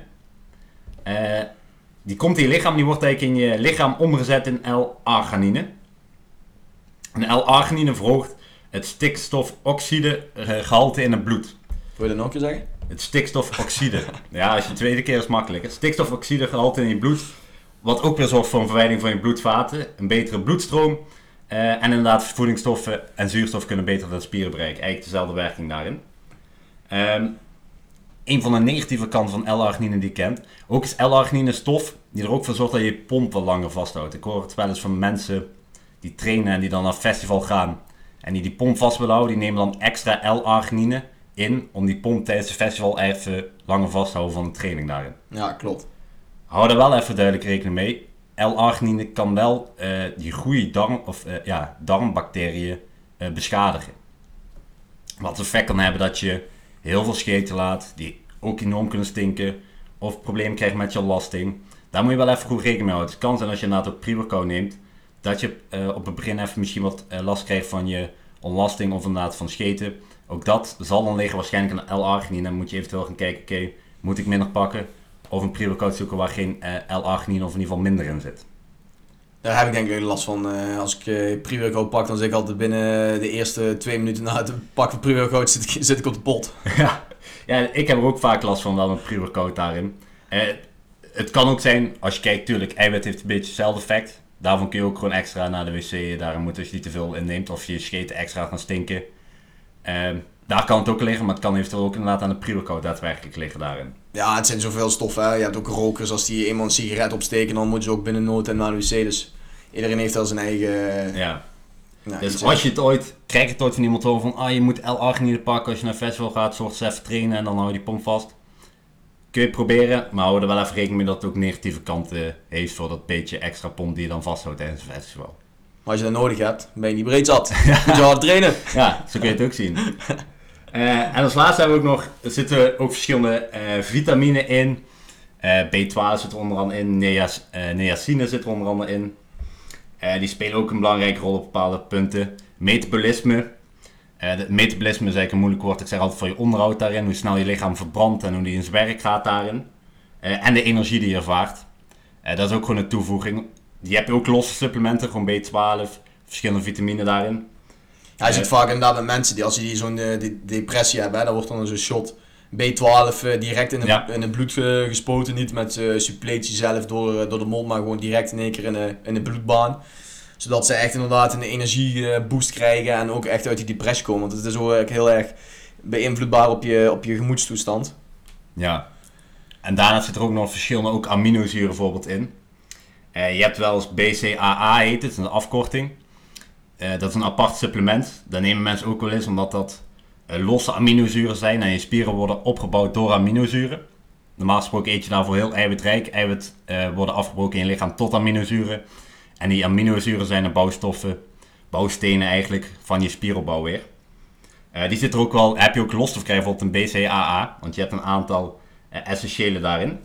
Die komt in je lichaam, die wordt eigenlijk in je lichaam omgezet in L-arginine. En L-arginine verhoogt het stikstofoxide-gehalte in het bloed. Wil je dat nog een keer zeggen? Het stikstofoxide. Ja, als je de tweede keer is makkelijk. Het stikstofoxide-gehalte in je bloed, wat ook weer zorgt voor een verwijding van je bloedvaten, een betere bloedstroom. En inderdaad, voedingsstoffen en zuurstof kunnen beter de spieren bereiken. Eigenlijk dezelfde werking daarin. Een van de negatieve kanten van L-arginine die je kent. Ook is L-arginine stof die er ook voor zorgt dat je je pomp wat langer vasthoudt. Ik hoor het wel eens van mensen die trainen en die dan naar het festival gaan. En die pomp vast willen houden. Die nemen dan extra L-arginine in om die pomp tijdens het festival even langer vast te houden van de training daarin. Ja, klopt. Hou er wel even duidelijk rekening mee. L-arginine kan wel die goede darmbacteriën beschadigen. Wat het effect kan hebben dat je heel veel scheten laat, die ook enorm kunnen stinken, of problemen krijgt met je ontlasting. Daar moet je wel even goed rekening mee houden. Het kan zijn als je inderdaad ook pre-workout neemt, dat je op het begin even misschien wat last krijgt van je ontlasting of inderdaad van scheten. Ook dat zal dan liggen waarschijnlijk aan L-arginine. Dan moet je eventueel gaan kijken, oké, moet ik minder pakken? Of een pre-workout zoeken waar geen L-arginine of in ieder geval minder in zit. Daar heb ik denk ik last van. Als ik pre-workout pak, dan zit ik altijd binnen de eerste 2 minuten na het pakken van pre-workout zit ik op de pot. Ja, ik heb er ook vaak last van, wel een pre-workout daarin. Het kan ook zijn, als je kijkt, tuurlijk, eiwit heeft een beetje hetzelfde effect. Daarvan kun je ook gewoon extra naar de wc daarin moeten als je niet te veel inneemt. Of je scheten extra gaan stinken. Daar kan het ook liggen, maar het kan eventueel ook inderdaad aan de pre-workout daadwerkelijk liggen daarin. Ja, het zijn zoveel stoffen. Hè. Je hebt ook rokers, als die eenmaal een sigaret opsteken, dan moeten ze ook binnen nood en naar de wc. Dus iedereen heeft wel zijn eigen... Ja. Dus als je het ooit, krijg je het ooit van iemand over van, je moet L-arginine pakken als je naar een festival gaat, zorg ze even trainen en dan hou je die pomp vast. Kun je het proberen, maar hou er wel even rekening mee dat het ook negatieve kanten heeft voor dat beetje extra pomp die je dan vasthoudt tijdens een festival. Maar als je dat nodig hebt, ben je niet breed zat. Moet je hard trainen. Ja, zo kun je het ook zien. En als laatste hebben we ook nog, er zitten ook verschillende vitamine in. B12 zit er onder andere in, niacine zit er onder andere in. Die spelen ook een belangrijke rol op bepaalde punten. Metabolisme. Metabolisme is eigenlijk een moeilijk woord. Ik zeg altijd voor je onderhoud daarin. Hoe snel je lichaam verbrandt en hoe die in zijn werk gaat daarin. En de energie die je ervaart. Dat is ook gewoon een toevoeging. Die heb je ook losse supplementen. Gewoon B12. Verschillende vitamine daarin. Ja, je ziet vaak inderdaad met mensen die als die zo'n depressie hebben. Hè, dan wordt dan zo'n shot B12 direct in het bloed gespoten. Niet met suppletie zelf door de mond. Maar gewoon direct in één keer in de bloedbaan. Zodat ze echt inderdaad een energieboost krijgen en ook echt uit die depressie komen. Want het is ook heel erg beïnvloedbaar op je gemoedstoestand. Ja. En daarna zit er ook nog verschillende ook aminozuren bijvoorbeeld in. Je hebt wel eens BCAA heet het, een afkorting. Dat is een apart supplement. Dat nemen mensen ook wel eens omdat dat losse aminozuren zijn. En je spieren worden opgebouwd door aminozuren. Normaal gesproken eet je daarvoor heel eiwitrijk. Eiwit worden afgebroken in je lichaam tot aminozuren. En die aminozuren zijn de bouwstoffen, bouwstenen eigenlijk, van je spieropbouw weer. Die zit er ook wel, heb je ook los te krijgen, bijvoorbeeld een BCAA, want je hebt een aantal essentiële daarin.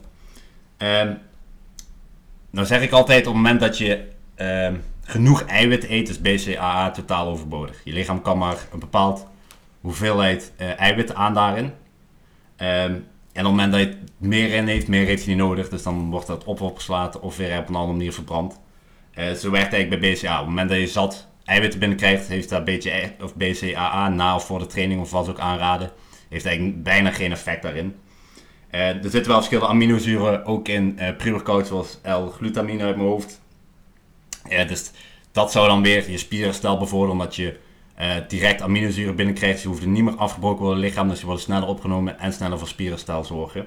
Nou zeg ik altijd, op het moment dat je genoeg eiwit eet, is BCAA totaal overbodig. Je lichaam kan maar een bepaald hoeveelheid eiwit aan daarin. En op het moment dat je meer in heeft, meer heeft hij niet nodig, dus dan wordt dat opgeslagen of weer op een andere manier verbrand. Zo werkt het eigenlijk bij BCAA. Op het moment dat je zat eiwitten binnenkrijgt, heeft dat BCAA na of voor de training of wat ook aanraden, heeft eigenlijk bijna geen effect daarin. Er zitten wel verschillende aminozuren ook in pre-workout, zoals L-glutamine uit mijn hoofd. Dus dat zou dan weer je spierherstel bevorderen, omdat je direct aminozuren binnenkrijgt. Ze hoeven niet meer afgebroken worden in het lichaam, dus ze worden sneller opgenomen en sneller voor spierherstel zorgen.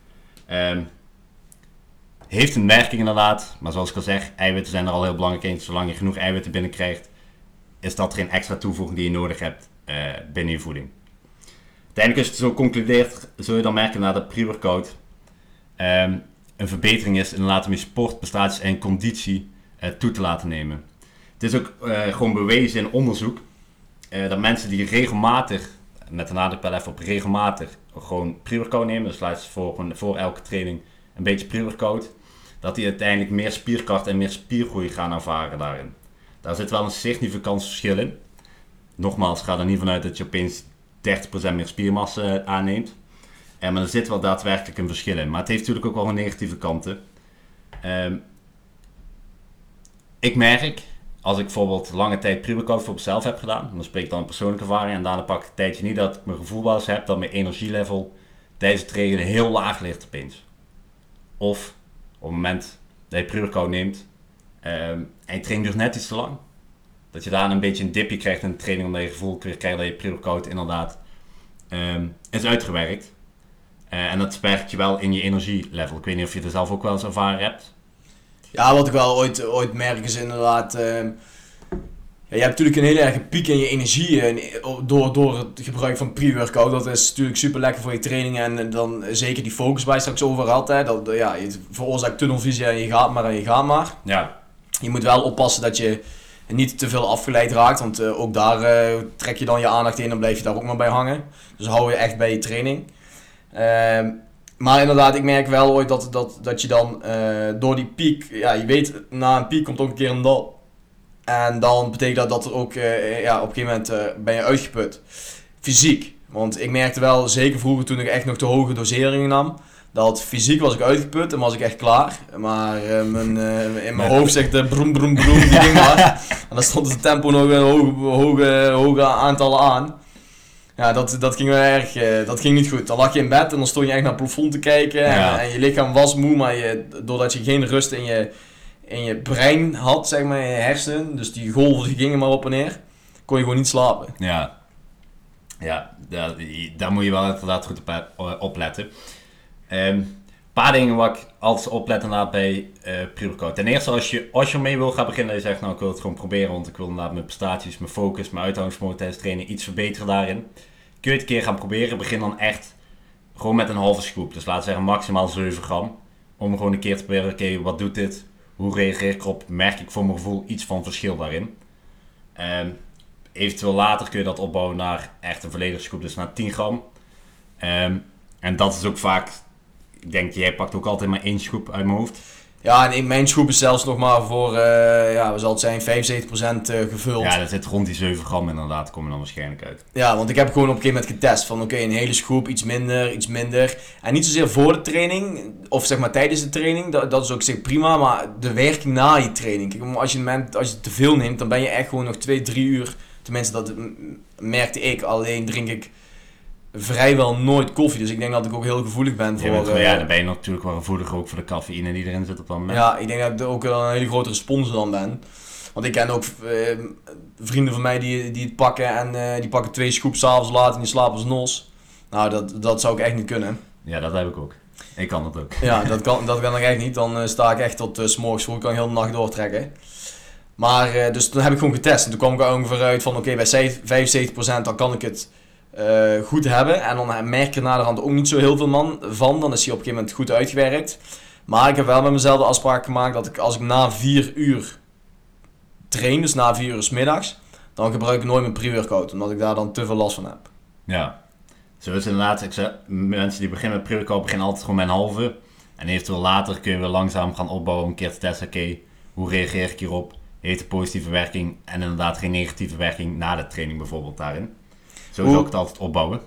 Heeft een werking inderdaad, maar zoals ik al zeg, eiwitten zijn er al heel belangrijk in. Zolang je genoeg eiwitten binnenkrijgt, is dat geen extra toevoeging die je nodig hebt binnen je voeding. Uiteindelijk als je het zo concludeert, zul je dan merken na de pre-workout een verbetering is inderdaad om je sportprestaties en conditie toe te laten nemen. Het is ook gewoon bewezen in onderzoek dat mensen die regelmatig, met de nadruk wel even op regelmatig, gewoon pre-workout nemen, dus luister voor elke training een beetje pre-workout, dat die uiteindelijk meer spierkracht en meer spiergroei gaan ervaren daarin. Daar zit wel een significant verschil in. Nogmaals, ga er niet vanuit dat je opeens 30% meer spiermassa aanneemt. Maar er zit wel daadwerkelijk een verschil in. Maar het heeft natuurlijk ook wel een negatieve kanten. Ik merk, als ik bijvoorbeeld lange tijd pre-workout voor mezelf heb gedaan, dan spreek ik dan een persoonlijke ervaring en daarna pak ik een tijdje niet dat ik mijn gevoel wel eens heb dat mijn energielevel tijdens het trainen heel laag ligt opeens. Of op het moment dat je pre-workout neemt en je traint dus net iets te lang. Dat je daar een beetje een dipje krijgt in de training omdat je gevoel krijgt dat je pre-workout inderdaad is uitgewerkt. En dat werkt je wel in je energielevel. Ik weet niet of je er zelf ook wel eens ervaren hebt. Ja, wat ik wel ooit merk is inderdaad... je hebt natuurlijk een hele erge piek in je energie door het gebruik van pre-workout. Dat is natuurlijk super lekker voor je trainingen en dan zeker die focus waar je straks over had. Hè, je veroorzaakt tunnelvisie en je gaat maar. Ja. Je moet wel oppassen dat je niet te veel afgeleid raakt, want ook daar trek je dan je aandacht in en blijf je daar ook maar bij hangen. Dus hou je echt bij je training. Maar inderdaad, ik merk wel ooit dat je dan door die piek, je weet, na een piek komt ook een keer een dal. En dan betekent dat er ook, op een gegeven moment ben je uitgeput. Fysiek. Want ik merkte wel, zeker vroeger toen ik echt nog te hoge doseringen nam, dat fysiek was ik uitgeput en was ik echt klaar. Maar in mijn hoofd zegt de broem broem broem die ding maar. En dan stond het tempo nog een hoge aantallen aan. Ja, dat ging wel erg, dat ging niet goed. Dan lag je in bed en dan stond je echt naar het plafond te kijken. En je lichaam was moe, maar doordat je geen rust in je brein had, zeg maar, in je hersenen, dus die golven die gingen maar op en neer, kon je gewoon niet slapen. Ja, daar moet je wel inderdaad goed op letten. Een paar dingen waar ik altijd oplet inderdaad bij pre-workout. Ten eerste, als je mee wil gaan beginnen, dat je zegt, nou ik wil het gewoon proberen, want ik wil inderdaad mijn prestaties, mijn focus, mijn uithoudingsvermogen tijdens trainen iets verbeteren daarin. Kun je het een keer gaan proberen, begin dan echt gewoon met een halve scoop. Dus laten we zeggen maximaal 7 gram. Om gewoon een keer te proberen, oké, wat doet dit? Hoe reageer ik erop? Merk ik voor mijn gevoel iets van verschil daarin? Eventueel later kun je dat opbouwen naar echt een volledige scoop, dus naar 10 gram. En dat is ook vaak, ik denk, jij pakt ook altijd maar 1 scoop uit mijn hoofd. Ja, en mijn scoop is zelfs nog maar voor, wat zal het zijn, 75% gevuld. Ja, dat zit rond die 7 gram inderdaad, komen dan waarschijnlijk uit. Ja, want ik heb gewoon op een gegeven moment getest van een hele scoop, iets minder. En niet zozeer voor de training, of zeg maar tijdens de training, dat is ook zeg prima, maar de werking na je training. Kijk, als je te veel neemt, dan ben je echt gewoon nog 2-3 uur, tenminste dat merkte ik, alleen drink ik vrijwel nooit koffie, dus ik denk dat ik ook heel gevoelig ben voor... dan ben je natuurlijk wel gevoelig ook voor de cafeïne die erin zit op dat moment. Ja, ik denk dat ik ook wel een hele grote sponsor dan ben. Want ik ken ook vrienden van mij die het pakken en die pakken 2 scoops 's avonds laat en die slapen als nos. Nou, dat zou ik echt niet kunnen. Ja, dat heb ik ook. Ik kan dat ook. Ja, dat kan ik echt niet. Dan sta ik echt tot 's morgens vroeg, kan ik heel de nacht doortrekken. Maar, dus toen heb ik gewoon getest. En toen kwam ik er ongeveer uit van, oké, bij 75% dan kan ik het goed hebben. En dan merk je naderhand ook niet zo heel veel van. Dan is hij op een gegeven moment goed uitgewerkt. Maar ik heb wel met mezelf de afspraak gemaakt dat als ik na 4 uur train, dus na 4 uur 's middags, dan gebruik ik nooit mijn pre-workout. Omdat ik daar dan te veel last van heb. Ja, zo is inderdaad. Mensen die beginnen met pre-workout beginnen altijd gewoon met een halve. En eventueel later kun je weer langzaam gaan opbouwen om een keer te testen. Oké, hoe reageer ik hierop? Heeft een positieve werking en inderdaad geen negatieve werking na de training bijvoorbeeld daarin. Zo zou ik het altijd opbouwen.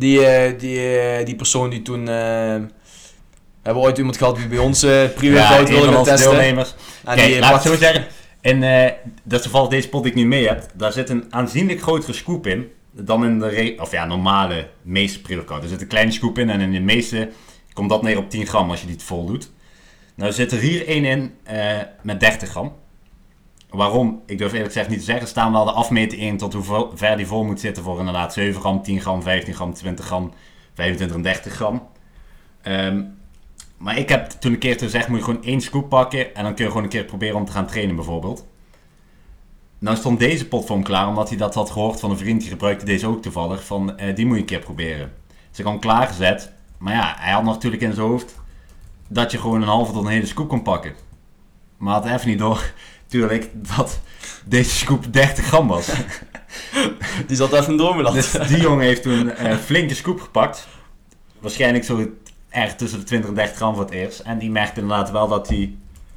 Die persoon die toen... hebben we ooit iemand gehad die bij ons pre-workout wilde gaan testen. Deelnemers. Kijk, laat ik het zo zeggen. Dat is toevallig deze pot die ik nu mee heb. Daar zit een aanzienlijk grotere scoop in dan in de normale meeste pre-workout. Er zit een kleine scoop in en in de meeste komt dat neer op 10 gram als je die vol doet. Nou zit er hier één in met 30 gram. Waarom? Ik durf eerlijk gezegd niet te zeggen. Staan wel de afmeten in tot hoe ver die vol moet zitten voor inderdaad 7 gram, 10 gram, 15 gram, 20 gram, 25 en 30 gram. Maar ik heb toen een keer gezegd, moet je gewoon 1 scoop pakken en dan kun je gewoon een keer proberen om te gaan trainen bijvoorbeeld. Nou stond deze pot voor hem klaar, omdat hij dat had gehoord van een vriend, die gebruikte deze ook toevallig, van die moet je een keer proberen. Dus ik had hem klaargezet, maar ja, hij had natuurlijk in zijn hoofd dat je gewoon een halve tot een hele scoop kon pakken. Maar had even niet door, natuurlijk, dat deze scoop 30 gram was. Die zat even door Dus die jongen heeft toen een flinke scoop gepakt. Waarschijnlijk zo erg tussen de 20 en 30 gram voor het eerst. En die merkte inderdaad wel dat hij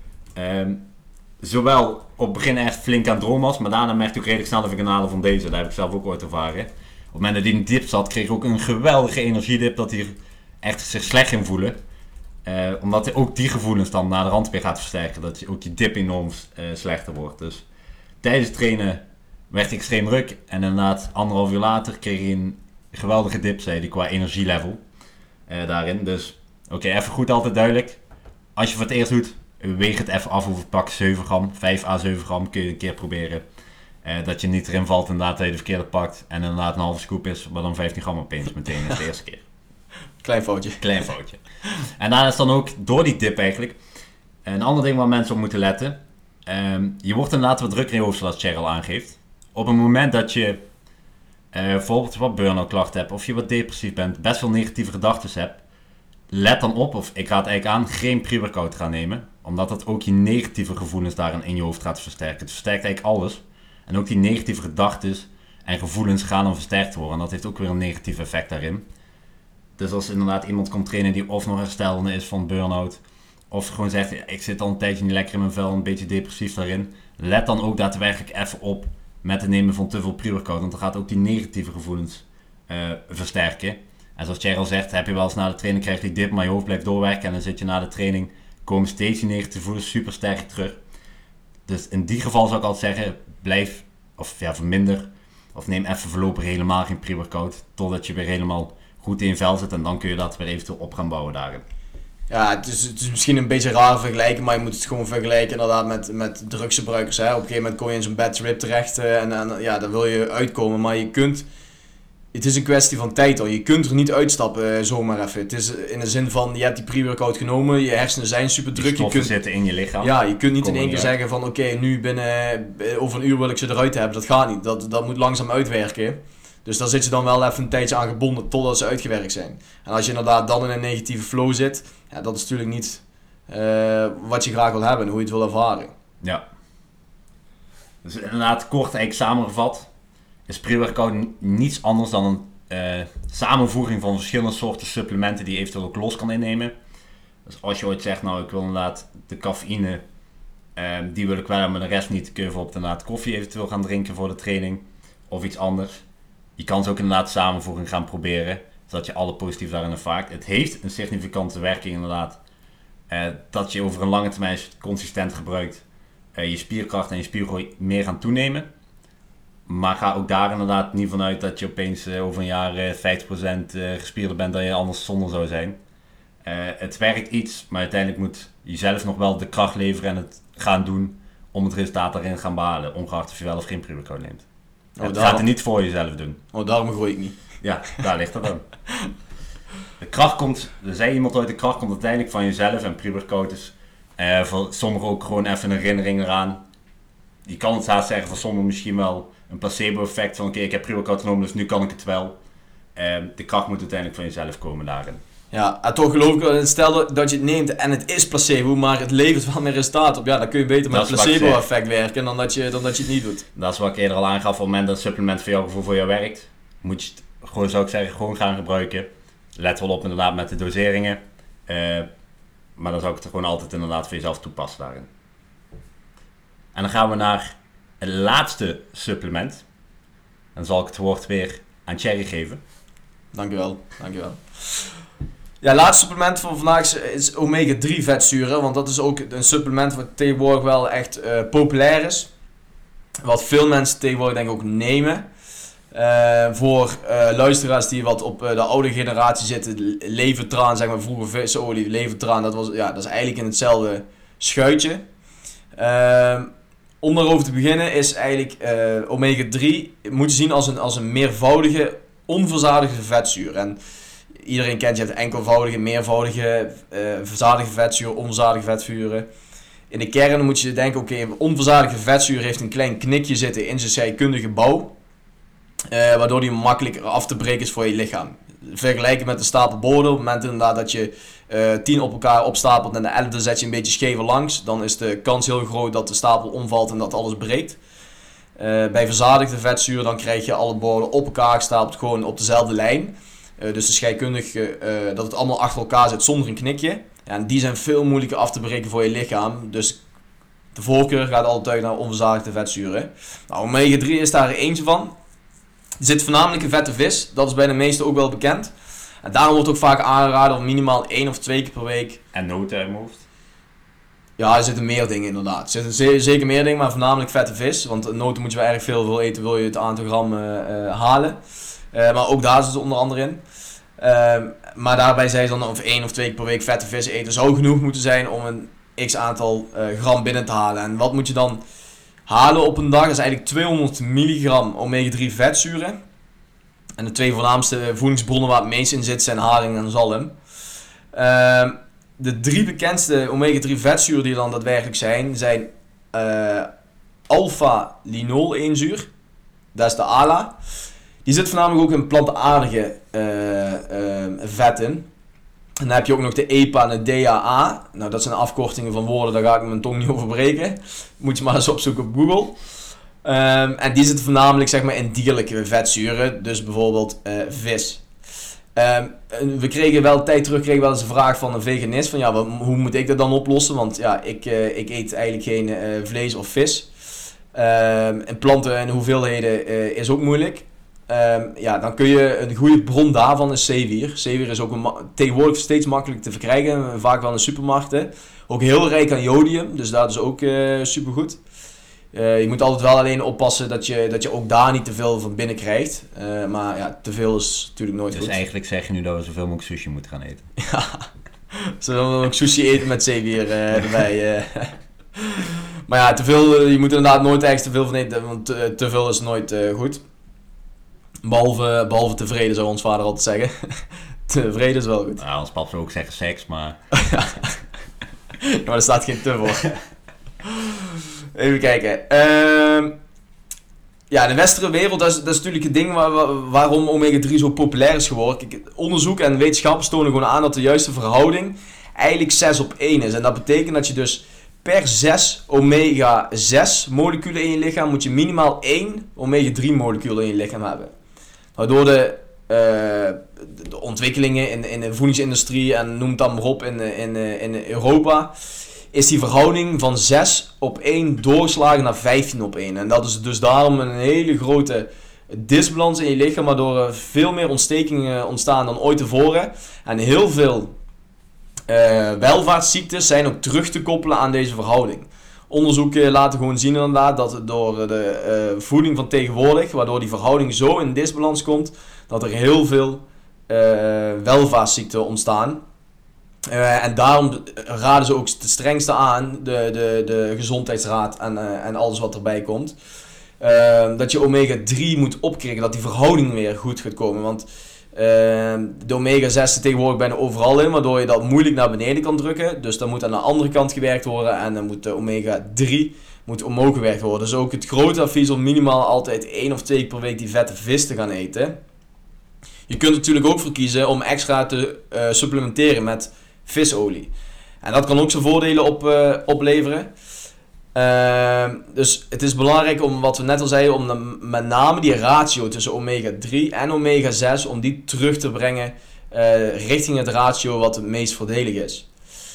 zowel op het begin echt flink aan het dromen was, maar daarna merkte hij ook redelijk snel de verganalen van deze. Dat heb ik zelf ook ooit ervaren. Op het moment dat hij in een dip zat, kreeg hij ook een geweldige energiedip dat hij echt zich slecht ging voelen. Omdat hij ook die gevoelens dan naar de rand weer gaat versterken. Dat je ook je dip enorm slechter wordt. Dus tijdens het trainen werd hij extreem druk. En inderdaad, 1,5 uur later kreeg hij een geweldige dip, zei hij, qua energielevel daarin. Dus oké, even goed altijd duidelijk. Als je voor het eerst doet, weeg het even af hoeveel pak 7 gram. 5 à 7 gram kun je een keer proberen. Dat je niet erin valt inderdaad dat je de verkeerde pakt. En inderdaad een halve scoop is, maar dan 15 gram opeens meteen is de eerste keer. Klein foutje. En daarna is dan ook door die dip eigenlijk een ander ding waar mensen op moeten letten. Je wordt inderdaad wat drukker in je hoofd, zoals Cheryl aangeeft. Op het moment dat je bijvoorbeeld wat burn-out klachten hebt of je wat depressief bent, best veel negatieve gedachten hebt, let dan op, of ik raad eigenlijk aan, geen pre-workout te gaan nemen. Omdat dat ook je negatieve gevoelens daarin in je hoofd gaat versterken. Het versterkt eigenlijk alles. En ook die negatieve gedachten en gevoelens gaan dan versterkt worden. En dat heeft ook weer een negatief effect daarin. Dus als inderdaad iemand komt trainen die of nog herstellende is van burn-out, of gewoon zegt, ik zit al een tijdje niet lekker in mijn vel, een beetje depressief daarin, let dan ook daadwerkelijk even op met het nemen van te veel pre-workout, want dan gaat ook die negatieve gevoelens versterken. En zoals Cheryl zegt, heb je wel eens na de training krijg je die dip, maar je hoofd blijft doorwerken en dan zit je na de training, komen steeds die negatieve gevoelens super sterk terug. Dus in die geval zou ik altijd zeggen, blijf, of ja, verminder, of neem even voorlopig helemaal geen pre-workout, totdat je weer helemaal goed in je vel zit en dan kun je dat weer eventueel op gaan bouwen daarin. Ja, het is misschien een beetje raar vergelijken, maar je moet het gewoon vergelijken inderdaad met drugsgebruikers. Hè. Op een gegeven moment kom je in zo'n bad trip terecht en ja, daar wil je uitkomen, maar het is een kwestie van tijd al. Je kunt er niet uitstappen zomaar even. Het is in de zin van, je hebt die pre-workout genomen, je hersenen zijn super druk. Je kunt zitten in je lichaam. Ja, je kunt niet in één keer zeggen van oké, nu over een uur wil ik ze eruit hebben. Dat gaat niet. Dat moet langzaam uitwerken. Dus daar zit je dan wel even een tijdje aan gebonden totdat ze uitgewerkt zijn. En als je inderdaad dan in een negatieve flow zit, ja, dat is natuurlijk niet wat je graag wil hebben en hoe je het wil ervaren. Ja. Dus inderdaad, kort eigenlijk samengevat, is pre-workout niets anders dan een samenvoeging van verschillende soorten supplementen die je eventueel ook los kan innemen. Dus als je ooit zegt, nou ik wil inderdaad de cafeïne, die wil ik wel, maar de rest niet, kun je bijvoorbeeld inderdaad koffie eventueel gaan drinken voor de training of iets anders. Je kan ze ook inderdaad samenvoeging gaan proberen, zodat je alle positief daarin ervaart. Het heeft een significante werking inderdaad, dat je over een lange termijn, als je het consistent gebruikt, je spierkracht en je spiergroei meer gaan toenemen. Maar ga ook daar inderdaad niet vanuit dat je opeens over een jaar 50% gespierder bent dan je anders zonder zou zijn. Het werkt iets, maar uiteindelijk moet je zelf nog wel de kracht leveren en het gaan doen om het resultaat daarin gaan behalen, ongeacht of je wel of geen pre-workout neemt. Het gaat er niet voor jezelf doen. Daarom gooi ik niet. Ja, daar ligt het dan. De kracht komt, er zei iemand ooit, de kracht komt uiteindelijk van jezelf en pre-workout is voor sommigen ook gewoon even een herinnering eraan. Je kan het haast zeggen, voor sommigen misschien wel een placebo effect van oké, ik heb pre-workout genomen, dus nu kan ik het wel. De kracht moet uiteindelijk van jezelf komen daarin. Ja, en toch geloof ik wel, stel dat je het neemt en het is placebo, maar het levert wel meer resultaat op. Ja, dan kun je beter met het placebo effect werken dan dat je het niet doet. Dat is wat ik eerder al aangaf, op het moment dat het supplement voor jouw gevoel voor jou werkt, moet je het gewoon, zou ik zeggen, gewoon gaan gebruiken. Let wel op inderdaad met de doseringen, maar dan zou ik het gewoon altijd inderdaad voor jezelf toepassen daarin. En dan gaan we naar het laatste supplement. Dan zal ik het woord weer aan Thierry geven. Dankjewel. Ja, het laatste supplement van vandaag is omega-3 vetzuren. Want dat is ook een supplement wat tegenwoordig wel echt populair is. Wat veel mensen tegenwoordig denk ik ook nemen. Voor luisteraars die wat op de oude generatie zitten. Levertraan, zeg maar vroeger visolie. Levertraan, dat is eigenlijk in hetzelfde schuitje. om daarover te beginnen is eigenlijk omega 3 moet je zien als een meervoudige, onverzadigde vetzuur. En iedereen kent, je hebt enkelvoudige, meervoudige, verzadigde vetzuur, onverzadigde vetzuren. In de kern moet je denken, oké, onverzadigde vetzuur heeft een klein knikje zitten in zijn scheikundige bouw. Waardoor die makkelijker af te breken is voor je lichaam. Vergelijken met een stapel borden. Op het moment inderdaad dat je 10 op elkaar opstapelt en de 11e zet je een beetje schever langs, dan is de kans heel groot dat de stapel omvalt en dat alles breekt. Bij verzadigde vetzuur dan krijg je alle borden op elkaar gestapeld gewoon op dezelfde lijn. Dus de scheikundig dat het allemaal achter elkaar zit zonder een knikje. Ja, en die zijn veel moeilijker af te breken voor je lichaam. Dus de voorkeur gaat altijd naar onverzadigde vetzuren. Nou, omega 3 is daar eentje van. Er zit voornamelijk in vette vis. Dat is bij de meesten ook wel bekend. En daarom wordt ook vaak aangeraden om minimaal 1 of 2 keer per week. En noten in mijn hoofd? Ja, er zitten meer dingen inderdaad. Er zitten zeker meer dingen, maar voornamelijk vette vis. Want noten moet je wel erg veel eten, wil je het aantal gram halen. Maar ook daar zit het onder andere in. Maar daarbij zei ze dan of 1 of 2 keer per week vette vis eten zou genoeg moeten zijn om een x aantal gram binnen te halen. En wat moet je dan halen op een dag? Dat is eigenlijk 200 milligram omega 3 vetzuren. En de 2 voornaamste voedingsbronnen waar het meest in zit zijn haring en zalm. De 3 bekendste omega 3 vetzuren die er dan daadwerkelijk zijn alpha-linoleenzuur. Dat is de ALA. Die zit voornamelijk ook in plantaardige vetten. En dan heb je ook nog de EPA en de DHA. Nou, dat zijn afkortingen van woorden, daar ga ik mijn tong niet over breken. Moet je maar eens opzoeken op Google. En die zitten voornamelijk zeg maar, in dierlijke vetzuren, dus bijvoorbeeld vis. We kregen wel een tijd terug wel eens een vraag van een veganist van ja, hoe moet ik dat dan oplossen? Want ja, ik eet eigenlijk geen vlees of vis. En planten en hoeveelheden is ook moeilijk. Ja, dan kun je een goede bron daarvan is zeewier. Zeewier is ook tegenwoordig steeds makkelijk te verkrijgen, vaak wel in de supermarkten. Ook heel rijk aan jodium, dus dat is ook supergoed. Je moet altijd wel alleen oppassen dat je ook daar niet te veel van binnen krijgt. Maar ja, te veel is natuurlijk nooit goed. Dus eigenlijk zeg je nu dat we zoveel mogelijk sushi moeten gaan eten. Ja, zullen we ook sushi eten met zeewier erbij. Maar ja, te veel, je moet inderdaad nooit ergens te veel van eten, want te veel is nooit goed. Behalve tevreden zou ons vader altijd zeggen. Tevreden is wel goed. Nou, ons pap zou ook zeggen seks, maar... Ja, maar er staat geen te voor. Even kijken. Ja, de westerse wereld, dat is natuurlijk het ding waarom omega 3 zo populair is geworden. Kijk, onderzoek en wetenschappers tonen gewoon aan dat de juiste verhouding eigenlijk 6:1 is. En dat betekent dat je dus per 6 omega 6 moleculen in je lichaam moet je minimaal 1 omega 3 molecuul in je lichaam hebben. Waardoor de ontwikkelingen in de voedingsindustrie en noem het dan maar op in Europa, is die verhouding van 6:1 doorgeslagen naar 15:1. En dat is dus daarom een hele grote disbalans in je lichaam, waardoor er veel meer ontstekingen ontstaan dan ooit tevoren. En heel veel welvaartsziektes zijn ook terug te koppelen aan deze verhouding. Onderzoeken laten gewoon zien inderdaad dat door de voeding van tegenwoordig, waardoor die verhouding zo in disbalans komt, dat er heel veel welvaartsziekten ontstaan. En daarom raden ze ook de strengste aan, de gezondheidsraad en alles wat erbij komt. Dat je omega 3 moet opkrikken, dat die verhouding weer goed gaat komen. Want de omega 6 zit tegenwoordig bijna overal in, waardoor je dat moeilijk naar beneden kan drukken. Dus dan moet aan de andere kant gewerkt worden en dan moet de omega 3 omhoog gewerkt worden. Dus ook het grote advies om minimaal altijd 1 of 2 keer per week die vette vis te gaan eten. Je kunt natuurlijk ook voor kiezen om extra te supplementeren met visolie. En dat kan ook zijn voordelen opleveren. Dus het is belangrijk om, wat we net al zeiden, om met name die ratio tussen omega 3 en omega 6, om die terug te brengen richting het ratio wat het meest voordelig is.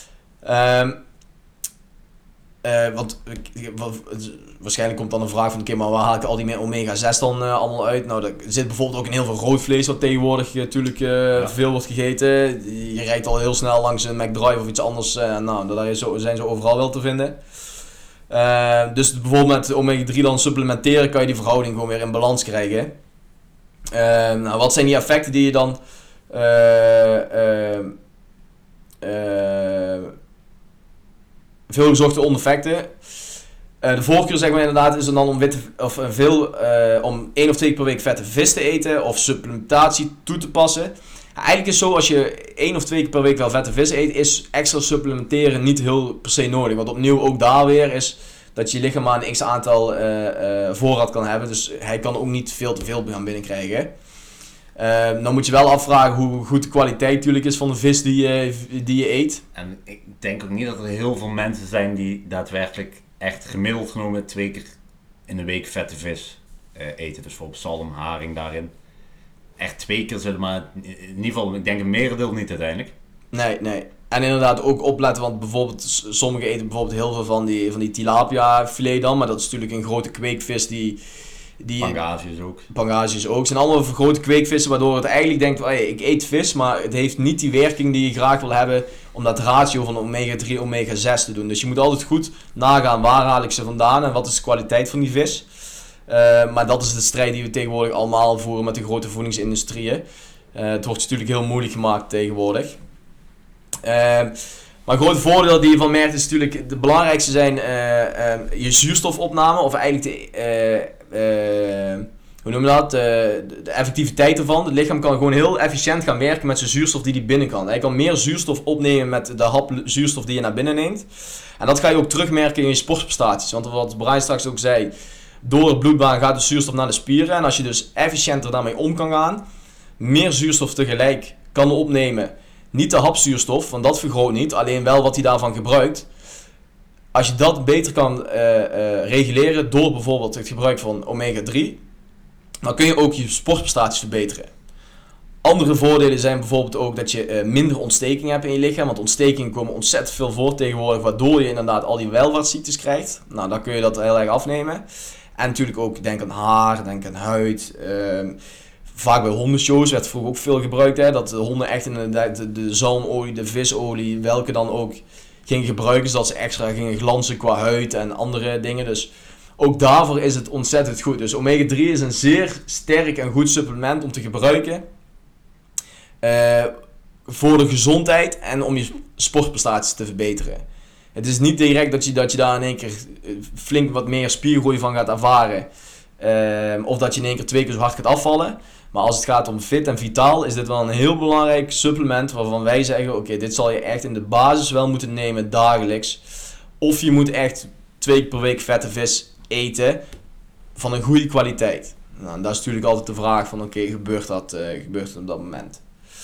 Want waarschijnlijk komt dan een vraag van oké, maar waar haal ik al die omega 6 dan allemaal uit? Nou, er zit bijvoorbeeld ook in heel veel rood vlees wat tegenwoordig natuurlijk veel wordt gegeten. Je rijdt al heel snel langs een McDrive of iets anders. Nou, daar zijn ze overal wel te vinden. Dus bijvoorbeeld met omega 3 dan supplementeren kan je die verhouding gewoon weer in balans krijgen. Nou, wat zijn die effecten die je dan veel gezochte ondeffecten? De voorkeur zeg maar inderdaad is er dan om 1 of 2 keer per week vette vis te eten of supplementatie toe te passen. Eigenlijk is het zo, als je 1 of 2 keer per week wel vette vis eet, is extra supplementeren niet heel per se nodig. Want opnieuw ook daar weer is dat je lichaam maar een x aantal voorraad kan hebben. Dus hij kan ook niet veel te veel gaan binnenkrijgen. Dan moet je wel afvragen hoe goed de kwaliteit natuurlijk is van de vis die je eet. En ik denk ook niet dat er heel veel mensen zijn die daadwerkelijk echt gemiddeld genomen 2 keer in de week vette vis eten. Dus bijvoorbeeld zalm, haring daarin. Echt 2 keer zullen maar, in ieder geval, ik denk een merendeel niet uiteindelijk. Nee. En inderdaad ook opletten, want bijvoorbeeld sommigen eten bijvoorbeeld heel veel van die tilapia filet dan. Maar dat is natuurlijk een grote kweekvis die Pangasius ook. Het zijn allemaal grote kweekvissen waardoor het eigenlijk denkt, ik eet vis, maar het heeft niet die werking die je graag wil hebben om dat ratio van omega 3, omega 6 te doen. Dus je moet altijd goed nagaan waar haal ik ze vandaan en wat is de kwaliteit van die vis. Maar dat is de strijd die we tegenwoordig allemaal voeren met de grote voedingsindustrieën. Het wordt natuurlijk heel moeilijk gemaakt tegenwoordig. Maar een groot voordeel die je van merkt is natuurlijk, de belangrijkste zijn je zuurstofopname, of eigenlijk hoe noem je dat? De effectiviteit ervan. Het lichaam kan gewoon heel efficiënt gaan werken met zijn zuurstof die binnen kan. Hij kan meer zuurstof opnemen met de hap zuurstof die je naar binnen neemt. En dat ga je ook terugmerken in je sportprestaties. Want wat Brian straks ook zei, door het bloedbaan gaat de zuurstof naar de spieren. En als je dus efficiënter daarmee om kan gaan, meer zuurstof tegelijk kan opnemen. Niet de hapzuurstof, want dat vergroot niet, alleen wel wat hij daarvan gebruikt. Als je dat beter kan reguleren door bijvoorbeeld het gebruik van omega 3, dan kun je ook je sportprestaties verbeteren. Andere voordelen zijn bijvoorbeeld ook dat je minder ontsteking hebt in je lichaam, want ontstekingen komen ontzettend veel voor tegenwoordig, waardoor je inderdaad al die welvaartsziektes krijgt. Nou, dan kun je dat heel erg afnemen. En natuurlijk ook, denk aan haar, denk aan huid. Vaak bij hondenshows werd vroeger ook veel gebruikt, hè, dat de honden echt inderdaad de zalmolie, de visolie, welke dan ook gingen gebruiken, zodat ze extra gingen glanzen qua huid en andere dingen. Dus ook daarvoor is het ontzettend goed. Dus omega 3 is een zeer sterk en goed supplement om te gebruiken voor de gezondheid en om je sportprestaties te verbeteren. Het is niet direct dat je daar in één keer flink wat meer spiergroei van gaat ervaren. Of dat je in één keer 2 keer zo hard gaat afvallen. Maar als het gaat om fit en vitaal is dit wel een heel belangrijk supplement waarvan wij zeggen, oké, dit zal je echt in de basis wel moeten nemen dagelijks. Of je moet echt 2 keer per week vette vis eten van een goede kwaliteit. Nou, en dat is natuurlijk altijd de vraag van, oké, gebeurt dat op dat moment?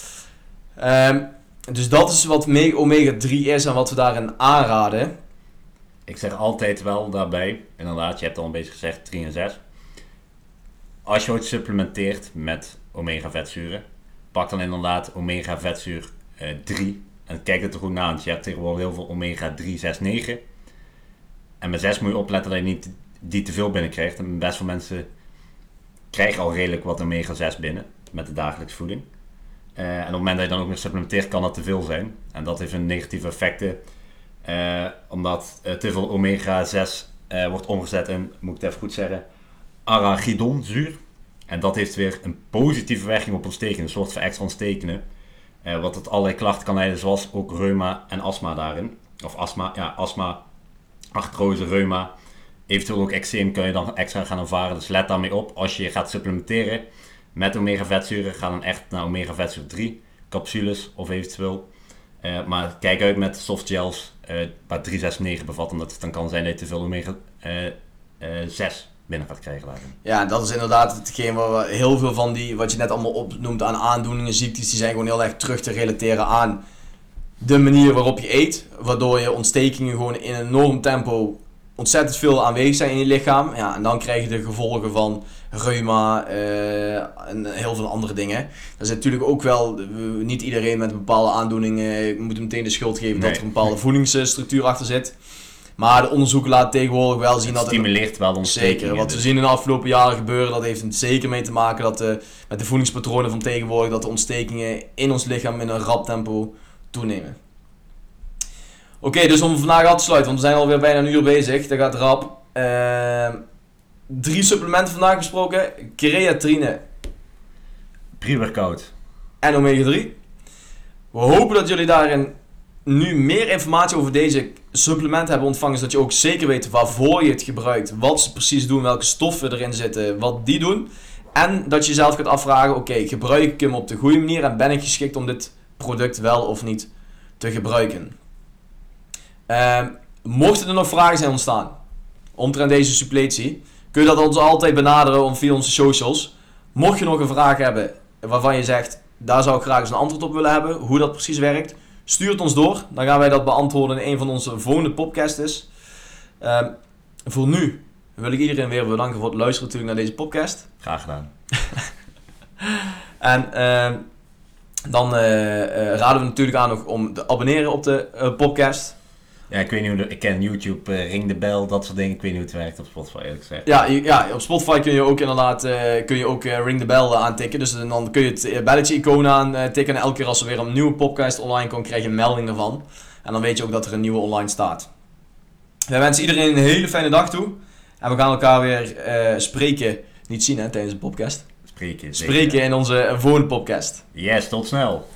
Dus dat is wat omega 3 is en wat we daarin aanraden. Ik zeg altijd wel daarbij, inderdaad, je hebt al een beetje gezegd 3 en 6. Als je ooit supplementeert met omega vetzuren, pak dan inderdaad omega vetzuur 3 en kijk het er goed naar, want je hebt tegenwoordig heel veel omega 3, 6, 9. En met 6 moet je opletten dat je niet die te veel binnenkrijgt. En best veel mensen krijgen al redelijk wat omega 6 binnen met de dagelijkse voeding. En op het moment dat je dan ook nog supplementeert, kan dat te veel zijn. En dat heeft een negatieve effecten, omdat te veel omega 6 wordt omgezet in, moet ik het even goed zeggen, arachidonzuur. En dat heeft weer een positieve werking op ontsteking, een soort van extra ontstekenen. Wat tot allerlei klachten kan leiden, zoals ook reuma en astma daarin. Of astma, artrose, reuma. Eventueel ook eczeem kun je dan extra gaan ervaren. Dus let daarmee op, als je gaat supplementeren met omega vetzuren, ga dan echt naar omega vetzuur 3 capsules of eventueel. Maar kijk uit met softgels waar 3, 6, 9 bevat, omdat het dan kan zijn dat je te veel omega 6 binnen gaat krijgen daarin. Ja, dat is inderdaad hetgeen waar we heel veel van die, wat je net allemaal opnoemt aan aandoeningen, ziektes, die zijn gewoon heel erg terug te relateren aan de manier waarop je eet. Waardoor je ontstekingen gewoon in een enorm tempo ontzettend veel aanwezig zijn in je lichaam. Ja, en dan krijg je de gevolgen van reuma en heel veel andere dingen. Er zit natuurlijk ook wel, niet iedereen met een bepaalde aandoening moet meteen de schuld geven dat er een bepaalde voedingsstructuur achter zit. Maar de onderzoeken laten tegenwoordig wel zien dat het stimuleert wel de ontstekingen. Zeker, wat we zien in de afgelopen jaren gebeuren, dat heeft er zeker mee te maken dat met de voedingspatronen van tegenwoordig, dat de ontstekingen in ons lichaam in een rap tempo toenemen. Oké, dus om vandaag af te sluiten, want we zijn alweer bijna een uur bezig, dat gaat rap. 3 supplementen vandaag besproken, creatine, pre-workout en omega 3. We hopen dat jullie daarin nu meer informatie over deze supplementen hebben ontvangen, zodat je ook zeker weet waarvoor je het gebruikt, wat ze precies doen, welke stoffen erin zitten, wat die doen. En dat je jezelf gaat afvragen, oké, gebruik ik hem op de goede manier en ben ik geschikt om dit product wel of niet te gebruiken. Mochten er nog vragen zijn ontstaan omtrent deze suppletie, kun je dat ons altijd benaderen via onze socials. Mocht je nog een vraag hebben waarvan je zegt, daar zou ik graag eens een antwoord op willen hebben, hoe dat precies werkt, stuur het ons door. Dan gaan wij dat beantwoorden in een van onze volgende podcasts. Voor nu wil ik iedereen weer bedanken voor het luisteren natuurlijk naar deze podcast. Graag gedaan. En dan raden we natuurlijk aan nog om te abonneren op de podcast. Ja, ik weet niet hoe ik ken YouTube, ring de bel, dat soort dingen. Ik weet niet hoe het werkt op Spotify, eerlijk gezegd. Ja, op Spotify kun je ook inderdaad ring de bel aantikken. Dus dan kun je het belletje-icoon aantikken. En elke keer als er weer een nieuwe podcast online komt, krijg je een melding ervan. En dan weet je ook dat er een nieuwe online staat. Wij wensen iedereen een hele fijne dag toe. En we gaan elkaar weer spreken. Niet zien tijdens de podcast. Spreken in onze volgende podcast. Yes, tot snel.